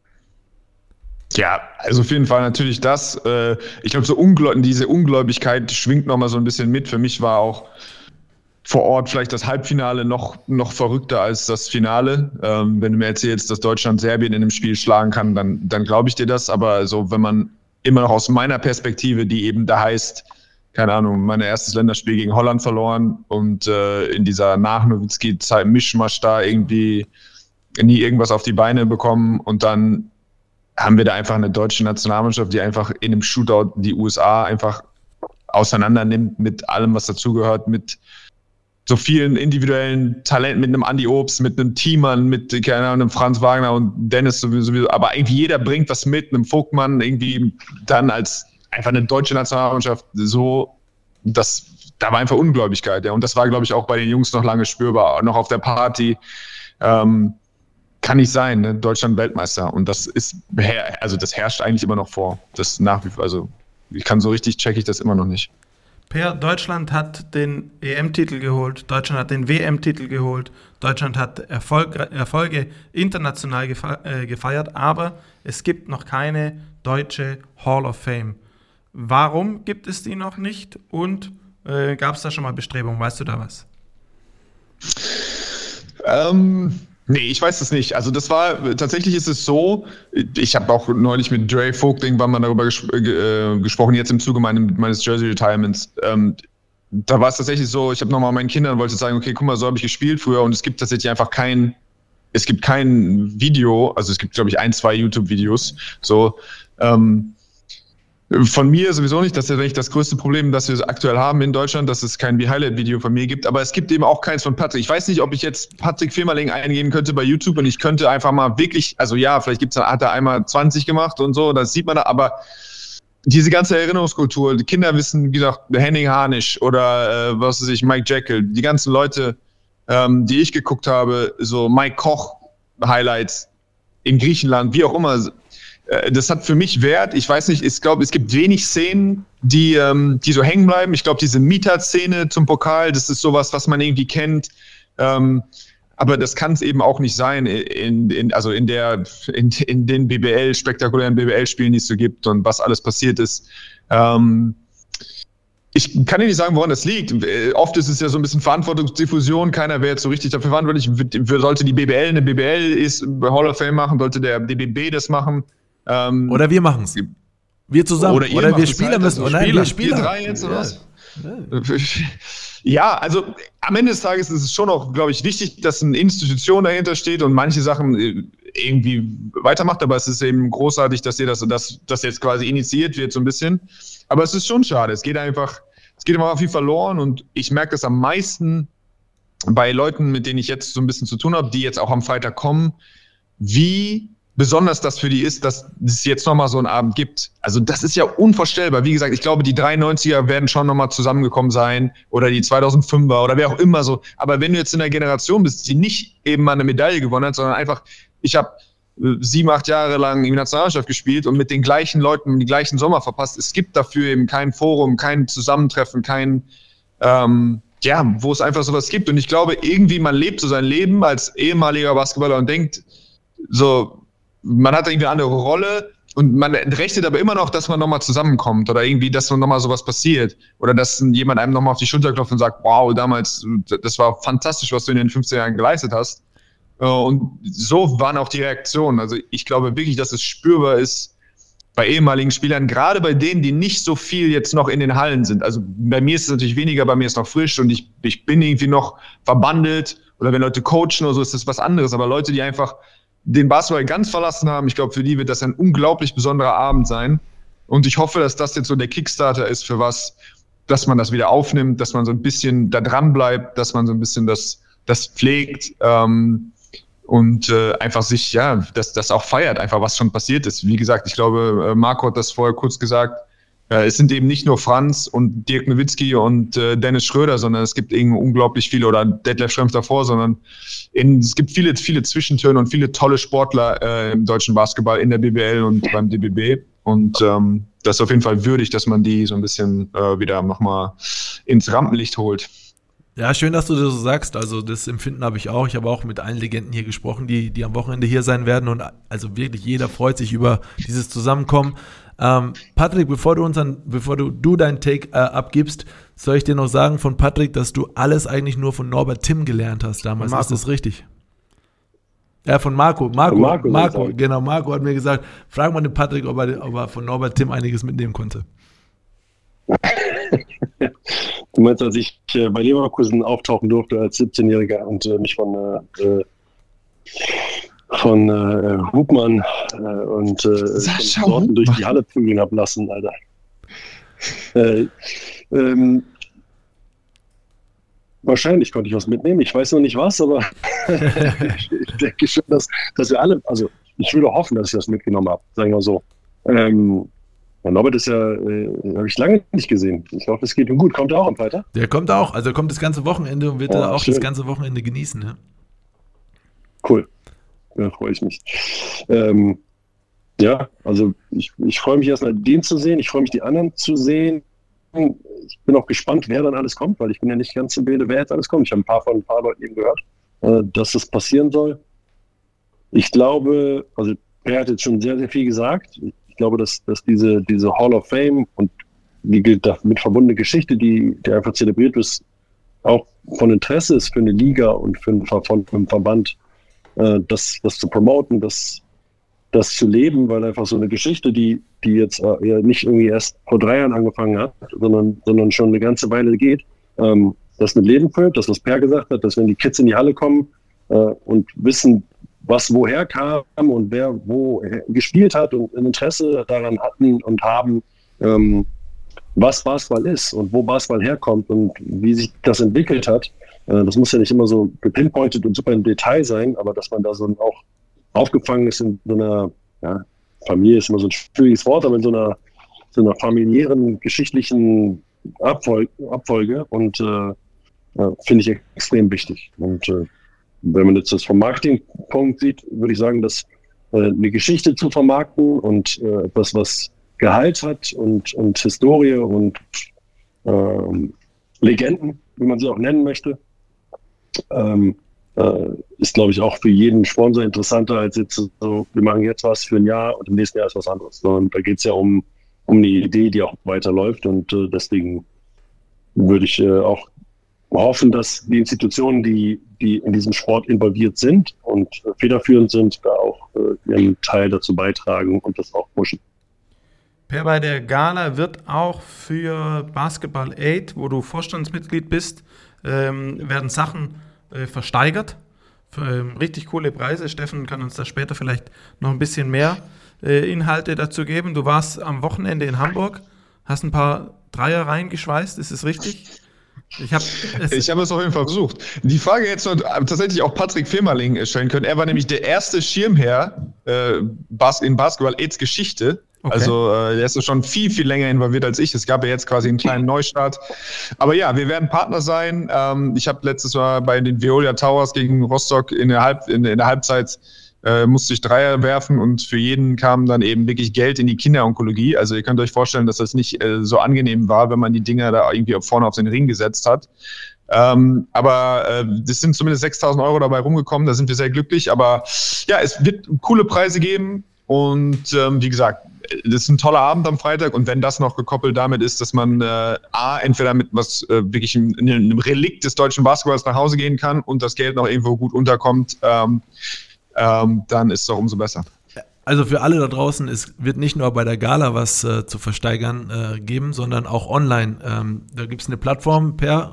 Ja, also auf jeden Fall natürlich das. Äh, ich glaube, so Ungläub- diese Ungläubigkeit schwingt nochmal so ein bisschen mit. Für mich war auch vor Ort vielleicht das Halbfinale noch, noch verrückter als das Finale. Ähm, wenn du mir erzählst, dass Deutschland Serbien in einem Spiel schlagen kann, dann, dann glaube ich dir das. Aber so, wenn man immer noch aus meiner Perspektive, die eben da heißt, keine Ahnung, mein erstes Länderspiel gegen Holland verloren und äh, in dieser Nach-Nowitzki-Zeit Mischmasch da irgendwie nie irgendwas auf die Beine bekommen und dann haben wir da einfach eine deutsche Nationalmannschaft, die einfach in einem Shootout die U S A einfach auseinander nimmt mit allem, was dazugehört, mit so vielen individuellen Talenten, mit einem Andi Obst, mit einem Thiemann, mit keine Ahnung, einem Franz Wagner und Dennis sowieso, aber irgendwie jeder bringt was mit, einem Vogtmann irgendwie dann als einfach eine deutsche Nationalmannschaft so, das, da war einfach Ungläubigkeit, ja, und das war, glaube ich, auch bei den Jungs noch lange spürbar, noch auf der Party, ähm, kann nicht sein, ne? Deutschland Weltmeister und das ist, also das herrscht eigentlich immer noch vor, das nach wie vor, also ich kann so richtig, checke ich das immer noch nicht. Per, Deutschland hat den E M-Titel geholt, Deutschland hat den W M-Titel geholt, Deutschland hat Erfolg, Erfolge international gefe- äh, gefeiert, aber es gibt noch keine deutsche Hall of Fame. Warum gibt es die noch nicht und äh, gab es da schon mal Bestrebungen? Weißt du da was? Ähm, nee, ich weiß es nicht. Also das war, tatsächlich ist es so, ich habe auch neulich mit Dre Vogt irgendwann mal darüber ges- äh, gesprochen, jetzt im Zuge meinem, meines Jersey-Retirements. Ähm, da war es tatsächlich so, ich habe nochmal meinen Kindern wollte sagen, okay, guck mal, so habe ich gespielt früher und es gibt tatsächlich einfach kein, es gibt kein Video, also es gibt, glaube ich, ein, zwei YouTube-Videos, so, ähm, von mir sowieso nicht, das ist ja eigentlich das größte Problem, das wir aktuell haben in Deutschland, dass es kein Highlight-Video von mir gibt, aber es gibt eben auch keins von Patrick. Ich weiß nicht, ob ich jetzt Patrick Femerling eingeben könnte bei YouTube und ich könnte einfach mal wirklich, also ja, vielleicht gibt's, hat er einmal zwanzig gemacht und so, das sieht man da, aber diese ganze Erinnerungskultur, die Kinder wissen, wie gesagt, Henning Harnisch oder äh, was weiß ich, Mike Jekyll, die ganzen Leute, ähm, die ich geguckt habe, so Mike Koch Highlights in Griechenland, wie auch immer. Das hat für mich Wert. Ich weiß nicht, ich glaube, es gibt wenig Szenen, die, ähm, die so hängen bleiben. Ich glaube, diese Mieter-Szene zum Pokal, das ist sowas, was man irgendwie kennt. Ähm, aber das kann es eben auch nicht sein, in, in, also in, der, in, in den B B L, spektakulären B B L-Spielen, die es so gibt und was alles passiert ist. Ähm, ich kann dir nicht sagen, woran das liegt. Oft ist es ja so ein bisschen Verantwortungsdiffusion. Keiner wäre jetzt so richtig dafür verantwortlich. Sollte die B B L eine B B L ist Hall of Fame machen, sollte der D B B das machen. Ähm, oder wir machen es. Wir zusammen. Oder, oder wir Spieler halt, müssen. Also nein, Spieler, wir Spieler. Wir drei jetzt, oder was? Ja, also am Ende des Tages ist es schon auch, glaube ich, wichtig, dass eine Institution dahinter steht und manche Sachen irgendwie weitermacht. Aber es ist eben großartig, dass ihr das, dass das jetzt quasi initiiert wird, so ein bisschen. Aber es ist schon schade. Es geht einfach, es geht immer viel verloren und ich merke das am meisten bei Leuten, mit denen ich jetzt so ein bisschen zu tun habe, die jetzt auch am Freitag kommen, wie besonders das für die ist, dass es jetzt nochmal so einen Abend gibt. Also das ist ja unvorstellbar. Wie gesagt, ich glaube, die dreiundneunziger werden schon nochmal zusammengekommen sein oder die zweitausendfünfer oder wer auch immer so. Aber wenn du jetzt in der Generation bist, die nicht eben mal eine Medaille gewonnen hat, sondern einfach, ich habe sieben, acht Jahre lang in der Nationalmannschaft gespielt und mit den gleichen Leuten die gleichen Sommer verpasst. Es gibt dafür eben kein Forum, kein Zusammentreffen, kein, ähm, ja, wo es einfach sowas gibt. Und ich glaube, irgendwie man lebt so sein Leben als ehemaliger Basketballer und denkt so, man hat irgendwie eine andere Rolle und man rechnet aber immer noch, dass man nochmal zusammenkommt oder irgendwie, dass nochmal sowas passiert oder dass jemand einem nochmal auf die Schulter klopft und sagt, wow, damals, das war fantastisch, was du in den fünfzehn Jahren geleistet hast. Und so waren auch die Reaktionen. Also ich glaube wirklich, dass es spürbar ist bei ehemaligen Spielern, gerade bei denen, die nicht so viel jetzt noch in den Hallen sind. Also bei mir ist es natürlich weniger, bei mir ist noch frisch und ich, ich bin irgendwie noch verbandelt oder wenn Leute coachen oder so, ist das was anderes. Aber Leute, die einfach den Basketball ganz verlassen haben, ich glaube, für die wird das ein unglaublich besonderer Abend sein. Und ich hoffe, dass das jetzt so der Kickstarter ist für was, dass man das wieder aufnimmt, dass man so ein bisschen da dran bleibt, dass man so ein bisschen das, das pflegt ähm, und äh, einfach sich, ja, das, das auch feiert, einfach was schon passiert ist. Wie gesagt, ich glaube, Marco hat das vorher kurz gesagt, äh, es sind eben nicht nur Franz und Dirk Nowitzki und äh, Dennis Schröder, sondern es gibt eben unglaublich viele, oder Detlef Schrempf davor, sondern in, es gibt viele, viele Zwischentöne und viele tolle Sportler äh, im deutschen Basketball, in der B B L und beim D B B. Und ähm, das ist auf jeden Fall würdig, dass man die so ein bisschen äh, wieder nochmal ins Rampenlicht holt. Ja, schön, dass du das so sagst. Also das Empfinden habe ich auch. Ich habe auch mit allen Legenden hier gesprochen, die, die am Wochenende hier sein werden. Und also wirklich jeder freut sich über dieses Zusammenkommen. Ähm, Patrick, bevor du uns dann, bevor du, du deinen Take äh, abgibst, soll ich dir noch sagen von Patrick, dass du alles eigentlich nur von Norbert Timm gelernt hast damals. Ist das richtig? Ja, von Marco. Marco, Von Marco, Marco genau. Marco hat mir gesagt, frag mal den Patrick, ob er, ob er von Norbert Timm einiges mitnehmen konnte. Du meinst, als ich äh, bei Leverkusen auftauchen durfte als siebzehnjähriger und äh, mich von äh, von äh, Hubmann äh, und äh, Sascha Sorten durch die Hubmann. Halle prügeln hab lassen, Alter. Äh, ähm, wahrscheinlich konnte ich was mitnehmen. Ich weiß noch nicht was, aber ich, ich denke schon, dass, dass wir alle, also ich würde hoffen, dass ich das mitgenommen habe, sagen wir so. Ähm, ja, Norbert ist ja, äh, habe ich lange nicht gesehen. Ich hoffe, es geht ihm gut. Kommt er auch am Freitag? Der kommt auch, also er kommt das ganze Wochenende und wird Oh, da auch schön. das ganze Wochenende genießen. Ja? Cool. Ja, freue ich mich. Ähm, ja, also ich, ich freue mich erstmal, den zu sehen. Ich freue mich, die anderen zu sehen. Ich bin auch gespannt, wer dann alles kommt, weil ich bin ja nicht ganz im Bilde, wer jetzt alles kommt. Ich habe ein paar von ein paar Leuten eben gehört, äh, dass das passieren soll. Ich glaube, also Per hat jetzt schon sehr, sehr viel gesagt. Ich glaube, dass, dass diese, diese Hall of Fame und die damit verbundene Geschichte, die, die einfach zelebriert wird, auch von Interesse ist für eine Liga und für einen, Ver- von einem Verband, äh, das, das zu promoten, das, das zu leben, weil einfach so eine Geschichte, die, die jetzt äh, ja nicht irgendwie erst vor drei Jahren angefangen hat, sondern, sondern schon eine ganze Weile geht, ähm, das mit Leben füllt, das, was Per gesagt hat, dass wenn die Kids in die Halle kommen äh, und wissen, was woher kam und wer wo gespielt hat und ein Interesse daran hatten und haben, ähm, was Basketball ist und wo Basketball herkommt und wie sich das entwickelt hat. Äh, das muss ja nicht immer so gepinpointet und super im Detail sein, aber dass man da so auch aufgefangen ist in so einer, ja, Familie ist immer so ein schwieriges Wort, aber in so einer, so einer familiären, geschichtlichen Abfolge, Abfolge und äh, ja, finde ich extrem wichtig. Und äh, wenn man jetzt das vom Marketingpunkt sieht, würde ich sagen, dass äh, eine Geschichte zu vermarkten und äh, etwas, was Gehalt hat und, und Historie und ähm, Legenden, wie man sie auch nennen möchte, ähm, äh, ist, glaube ich, auch für jeden Sponsor interessanter als jetzt so, wir machen jetzt was für ein Jahr und im nächsten Jahr ist was anderes. Sondern da geht es ja um, um eine Idee, die auch weiterläuft und äh, deswegen würde ich äh, auch hoffen, dass die Institutionen, die, die in diesem Sport involviert sind und äh, federführend sind, da auch äh, ihren Teil dazu beitragen und das auch pushen. Per, bei der Gala wird auch für Basketball Aid, wo du Vorstandsmitglied bist, ähm, werden Sachen äh, versteigert. Für, ähm, richtig coole Preise. Steffen kann uns da später vielleicht noch ein bisschen mehr äh, Inhalte dazu geben. Du warst am Wochenende in Hamburg, hast ein paar Dreier reingeschweißt, ist es richtig? Ich habe es, Ich habe es auf jeden Fall versucht. Die Frage jetzt noch tatsächlich auch Patrick Firmaling stellen können. Er war nämlich der erste Schirmherr äh, Bas- in Basketball-Aids-Geschichte. Okay. Also äh, der ist so schon viel, viel länger involviert als ich. Es gab ja jetzt quasi einen kleinen Neustart. Aber ja, wir werden Partner sein. Ähm, ich habe letztes Mal bei den Veolia Towers gegen Rostock in der, Halb, in, in der Halbzeit äh, musste ich Dreier werfen und für jeden kam dann eben wirklich Geld in die Kinderonkologie. Also ihr könnt euch vorstellen, dass das nicht äh, so angenehm war, wenn man die Dinger da irgendwie vorne auf den Ring gesetzt hat. Ähm, aber äh, das sind zumindest sechstausend Euro dabei rumgekommen, da sind wir sehr glücklich. Aber ja, es wird coole Preise geben und ähm, wie gesagt, das ist ein toller Abend am Freitag und wenn das noch gekoppelt damit ist, dass man äh, A, entweder mit was äh, wirklich einem, einem Relikt des deutschen Basketballs nach Hause gehen kann und das Geld noch irgendwo gut unterkommt, ähm, ähm, dann ist es doch umso besser. Also für alle da draußen, es wird nicht nur bei der Gala was äh, zu versteigern äh, geben, sondern auch online. Ähm, da gibt es eine Plattform, Per,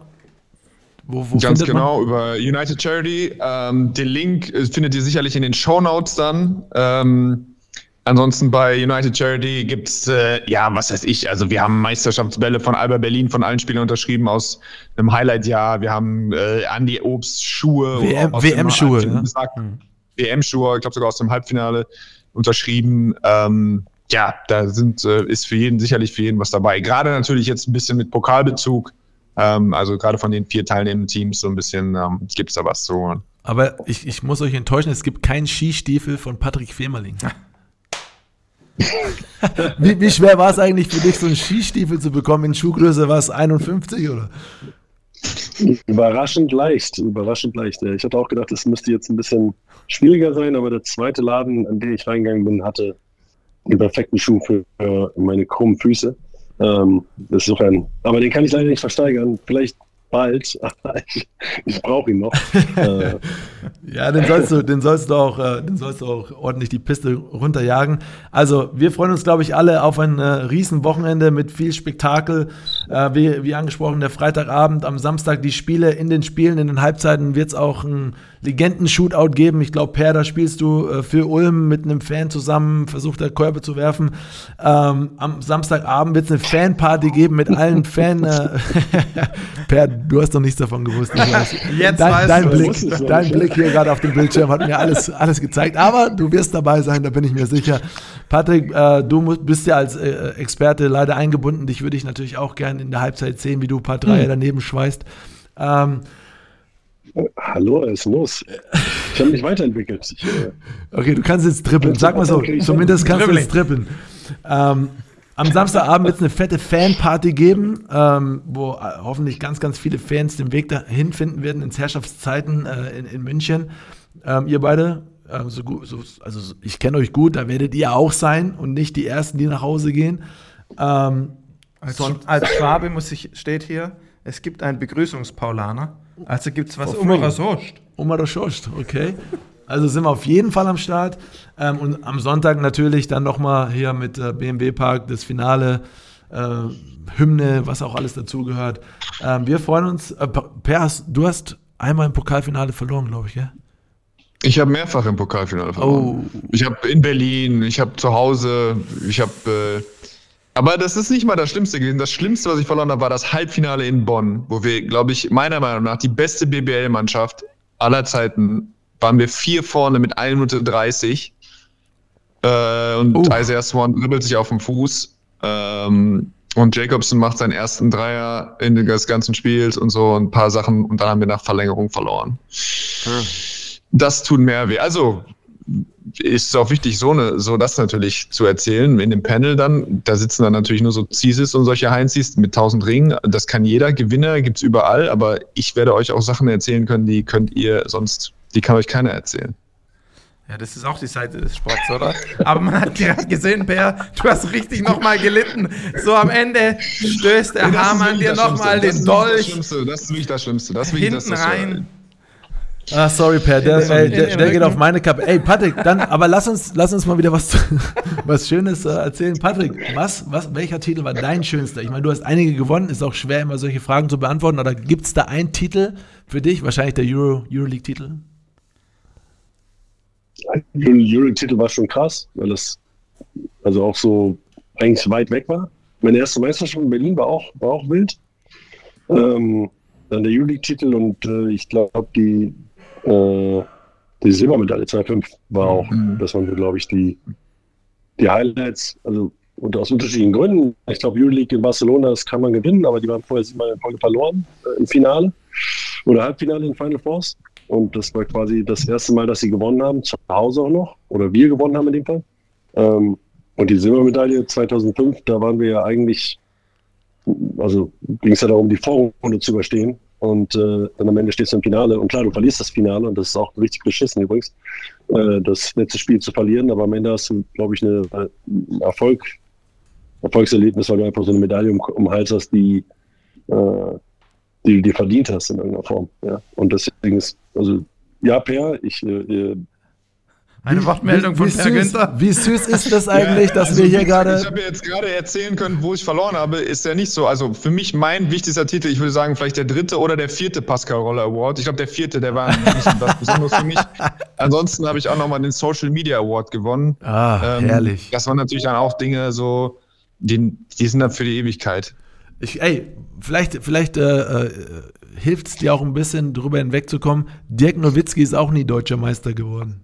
wo, wo Ganz findet genau, man? über United Charity. Ähm, den Link äh, findet ihr sicherlich in den Shownotes dann. Ähm, ansonsten bei United Charity gibt es, äh, ja, was weiß ich, also wir haben Meisterschaftsbälle von Alba Berlin von allen Spielern unterschrieben aus einem Highlight-Jahr. Wir haben äh, Andy Obst Schuhe. W M aus dem W M-Schuhe, Halbfinale- ja. Hm. W M-Schuhe, ich glaube sogar aus dem Halbfinale unterschrieben. Ähm, ja, da sind, äh, ist für jeden, sicherlich für jeden was dabei. Gerade natürlich jetzt ein bisschen mit Pokalbezug. Ähm, also gerade von den vier teilnehmenden Teams so ein bisschen ähm, gibt es da was zu holen. Aber ich, ich muss euch enttäuschen, es gibt keinen Skistiefel von Patrick Firmaling. wie, wie schwer war es eigentlich für dich, so einen Skistiefel zu bekommen? In Schuhgröße war es einundfünfzig, oder? Überraschend leicht, überraschend leicht. Ich hatte auch gedacht, es müsste jetzt ein bisschen schwieriger sein, aber der zweite Laden, an den ich reingegangen bin, hatte den perfekten Schuh für meine krummen Füße. Ähm, insofern, aber den kann ich leider nicht versteigern. Vielleicht bald, aber ich, ich brauche ihn noch. äh, Ja, den sollst du, den sollst du auch, äh, den sollst du auch ordentlich die Piste runterjagen. Also, wir freuen uns, glaube ich, alle auf ein äh, Riesenwochenende mit viel Spektakel. Äh, wie, wie angesprochen, der Freitagabend, am Samstag die Spiele. In den Spielen, in den Halbzeiten wird es auch ein Legenden-Shootout geben. Ich glaube, Per, da spielst du äh, für Ulm mit einem Fan zusammen, versucht da Körbe zu werfen. Ähm, am Samstagabend wird es eine Fanparty geben mit allen Fan. Äh, Per, du hast doch nichts davon gewusst. Ich weiß. Jetzt dein, weißt dein du, Blick, was ist das? dein Blick hier gerade auf dem Bildschirm hat mir alles, alles gezeigt. Aber du wirst dabei sein, da bin ich mir sicher. Patrick, äh, du musst, bist ja als äh, Experte leider eingebunden. Dich würde ich natürlich auch gerne in der Halbzeit sehen, wie du ein paar Dreier hm. daneben schweißt. Ähm, Hallo, es muss. Ich habe mich weiterentwickelt. Ich, äh, okay, du kannst jetzt trippeln. Sag mal so, zumindest kannst du jetzt trippeln. Ähm, am Samstagabend wird es eine fette Fanparty geben, ähm, wo äh, hoffentlich ganz, ganz viele Fans den Weg dahin finden werden, ins Herrschaftszeiten äh, in, in München. Ähm, ihr beide, äh, so gut, so, also ich kenne euch gut, da werdet ihr auch sein und nicht die Ersten, die nach Hause gehen. Ähm, Als, als Schwabe muss ich, steht hier, es gibt einen Begrüßungspaulaner. Also gibt es was Umerasoscht. Umerasoscht, okay. Also sind wir auf jeden Fall am Start. Ähm, und am Sonntag natürlich dann nochmal hier mit äh, B M W Park das Finale, äh, Hymne, was auch alles dazugehört. Ähm, wir freuen uns. Äh, Per, hast, du hast einmal im Pokalfinale verloren, glaube ich, gell? Ich habe mehrfach im Pokalfinale verloren. Oh. Ich habe in Berlin, ich habe zu Hause, ich habe... Äh, aber das ist nicht mal das Schlimmste gewesen. Das Schlimmste, was ich verloren habe, war das Halbfinale in Bonn, wo wir, glaube ich, meiner Meinung nach die beste B B L-Mannschaft aller Zeiten, waren wir vier vorne mit einer Minute dreißig äh, und uh. Isaiah Swan dribbelt sich auf den Fuß ähm, und Jacobson macht seinen ersten Dreier in des ganzen Spiels und so ein paar Sachen und dann haben wir nach Verlängerung verloren. Hm. Das tut mehr weh. Also ist es auch wichtig, so, eine, so das natürlich zu erzählen. In dem Panel dann, da sitzen dann natürlich nur so Zisis und solche Heinzis mit tausend Ringen. Das kann jeder, Gewinner gibt's überall, aber ich werde euch auch Sachen erzählen können, die könnt ihr sonst, die kann euch keiner erzählen. Ja, das ist auch die Seite des Sports, oder? Aber man hat gerade gesehen, Per, du hast richtig nochmal gelitten. So am Ende stößt der Hamann dir nochmal den Dolch. Das ist wirklich das Schlimmste. Das ist wirklich das hinten rein. Ah, sorry, Per, der, äh, der, der geht auf meine Kappe. Ey, Patrick, dann, aber lass uns, lass uns mal wieder was, was Schönes äh, erzählen. Patrick, was, was, welcher Titel war dein schönster? Ich meine, du hast einige gewonnen, ist auch schwer, immer solche Fragen zu beantworten, oder gibt es da einen Titel für dich? Wahrscheinlich der Euro, Euroleague-Titel? Der Euroleague-Titel war schon krass, weil es also auch so eigentlich weit weg war. Meine erste Meisterschaft in Berlin war auch, war auch wild. Ähm, dann der Euroleague-Titel und äh, ich glaube, die Äh, die Silbermedaille zwei Komma fünf war auch, mhm. das waren, glaube ich, die, die Highlights, also und aus unterschiedlichen Gründen. Ich glaube, Euroleague in Barcelona, das kann man gewinnen, aber die waren vorher siebenmal in Folge verloren äh, im Finale oder Halbfinale in Final Fours. Und das war quasi das erste Mal, dass sie gewonnen haben, zu Hause auch noch, oder wir gewonnen haben in dem Fall. Ähm, und die Silbermedaille zweitausendfünf, da waren wir ja eigentlich, also ging es ja darum, die Vorrunde zu überstehen. Und äh, dann am Ende stehst du im Finale. Und klar, du verlierst das Finale. Und das ist auch richtig beschissen übrigens, äh, das letzte Spiel zu verlieren. Aber am Ende hast du, glaube ich, eine, ein Erfolg, Erfolgserlebnis, weil du einfach so eine Medaille um, um den Hals hast, die, äh, die du dir verdient hast in irgendeiner Form. Ja. Und deswegen ist, also, ja, Per, ich... Äh, Eine Wortmeldung von Per Günther. Wie süß ist das eigentlich, ja, dass also wir hier gerade... Ich habe jetzt gerade erzählen können, wo ich verloren habe, ist ja nicht so. Also für mich mein wichtigster Titel, ich würde sagen, vielleicht der dritte oder der vierte Pascal Roller Award. Ich glaube, der vierte, der war nicht was Besonderes für mich. Ansonsten habe ich auch nochmal den Social Media Award gewonnen. Ah, ähm, herrlich. Das waren natürlich dann auch Dinge so, die, die sind dann für die Ewigkeit. Ich, ey, vielleicht, vielleicht äh, äh, hilft es dir auch ein bisschen, drüber hinwegzukommen. Dirk Nowitzki ist auch nie deutscher Meister geworden.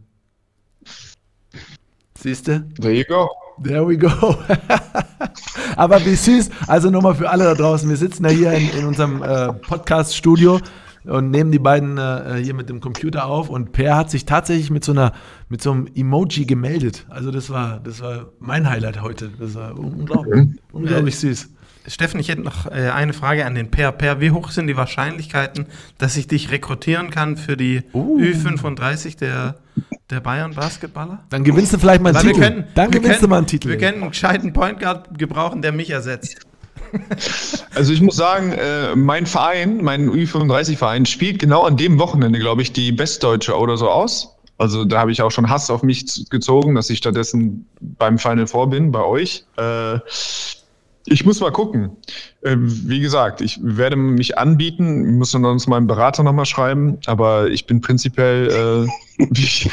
Siehst du? There you go. There we go. Aber wie süß. Also nochmal für alle da draußen. Wir sitzen ja hier in, in unserem äh, Podcast-Studio und nehmen die beiden äh, hier mit dem Computer auf. Und Per hat sich tatsächlich mit so einer, mit so einem Emoji gemeldet. Also das war, das war mein Highlight heute. Das war unglaublich, mhm. unglaublich süß. Steffen, ich hätte noch äh, eine Frage an den Per. Per, wie hoch sind die Wahrscheinlichkeiten, dass ich dich rekrutieren kann für die uh. Ü fünfunddreißig der, der Bayern-Basketballer? Dann gewinnst du vielleicht mal einen Weil Titel. Wir können, Dann wir gewinnst können, du mal einen Titel. Wir können einen gescheiten Point Guard gebrauchen, der mich ersetzt. Also ich muss sagen, äh, mein Verein, mein U fünfunddreißig-Verein spielt genau an dem Wochenende, glaube ich, die Westdeutsche oder so aus. Also da habe ich auch schon Hass auf mich z- gezogen, dass ich stattdessen beim Final Four bin, bei euch. Äh, ich muss mal gucken. Äh, wie gesagt, ich werde mich anbieten, muss dann uns meinem Berater nochmal schreiben, aber ich bin prinzipiell... Äh,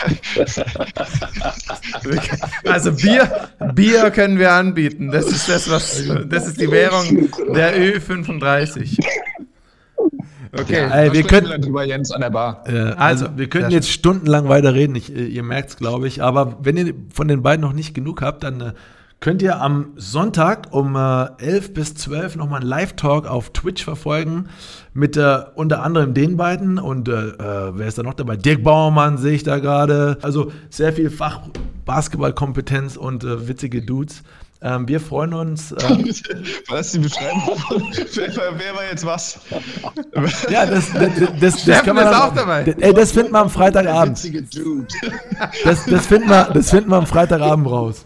Also Bier, Bier können wir anbieten. Das ist das, was, das ist die Währung der Ö fünfunddreißig. Okay. Ey, wir können, dann drüber, Jens, an der Bar. äh, also, wir könnten jetzt stundenlang weiterreden, ich, äh, ihr merkt es, glaube ich, aber wenn ihr von den beiden noch nicht genug habt, dann äh, könnt ihr am Sonntag um äh, elf bis zwölf nochmal einen Live-Talk auf Twitch verfolgen mit äh, unter anderem den beiden und äh, äh, wer ist da noch dabei? Dirk Bauermann sehe ich da gerade. Also sehr viel Fach-Basketball-Kompetenz und äh, witzige Dudes. Ähm, wir freuen uns. Äh, Was ist die Beschreibung? wer, wer war jetzt was? ja, das, das, das, das Steffen kann man ist dann- auch dabei. Ey, das finden wir am Freitagabend. Dude. Das, das, finden wir, das finden wir am Freitagabend raus.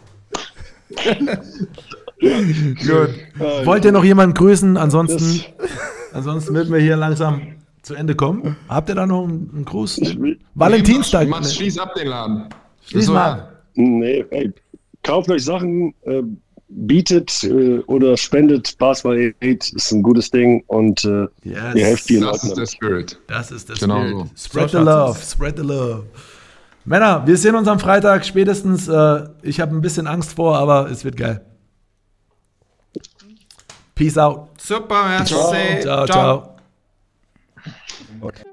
Gut. Wollt ihr noch jemanden grüßen? Ansonsten, ansonsten würden wir hier langsam zu Ende kommen. Habt ihr da noch einen, einen Gruß? Valentinstag. Max, schließ ab den Laden. Schließ So, mal ja. ab. Nee, ey, kauft euch Sachen, äh, bietet äh, oder spendet Basketball Aid, ist ein gutes Ding und äh, Yes. ihr helft vielen Das Leuten. ist der damit. Spirit. Das ist das Genau Spirit. so. Spread So the schaut's love, aus. spread the love. Männer, wir sehen uns am Freitag spätestens. Äh, ich habe ein bisschen Angst vor, aber es wird geil. Peace out. Super, merci. Ciao, ciao.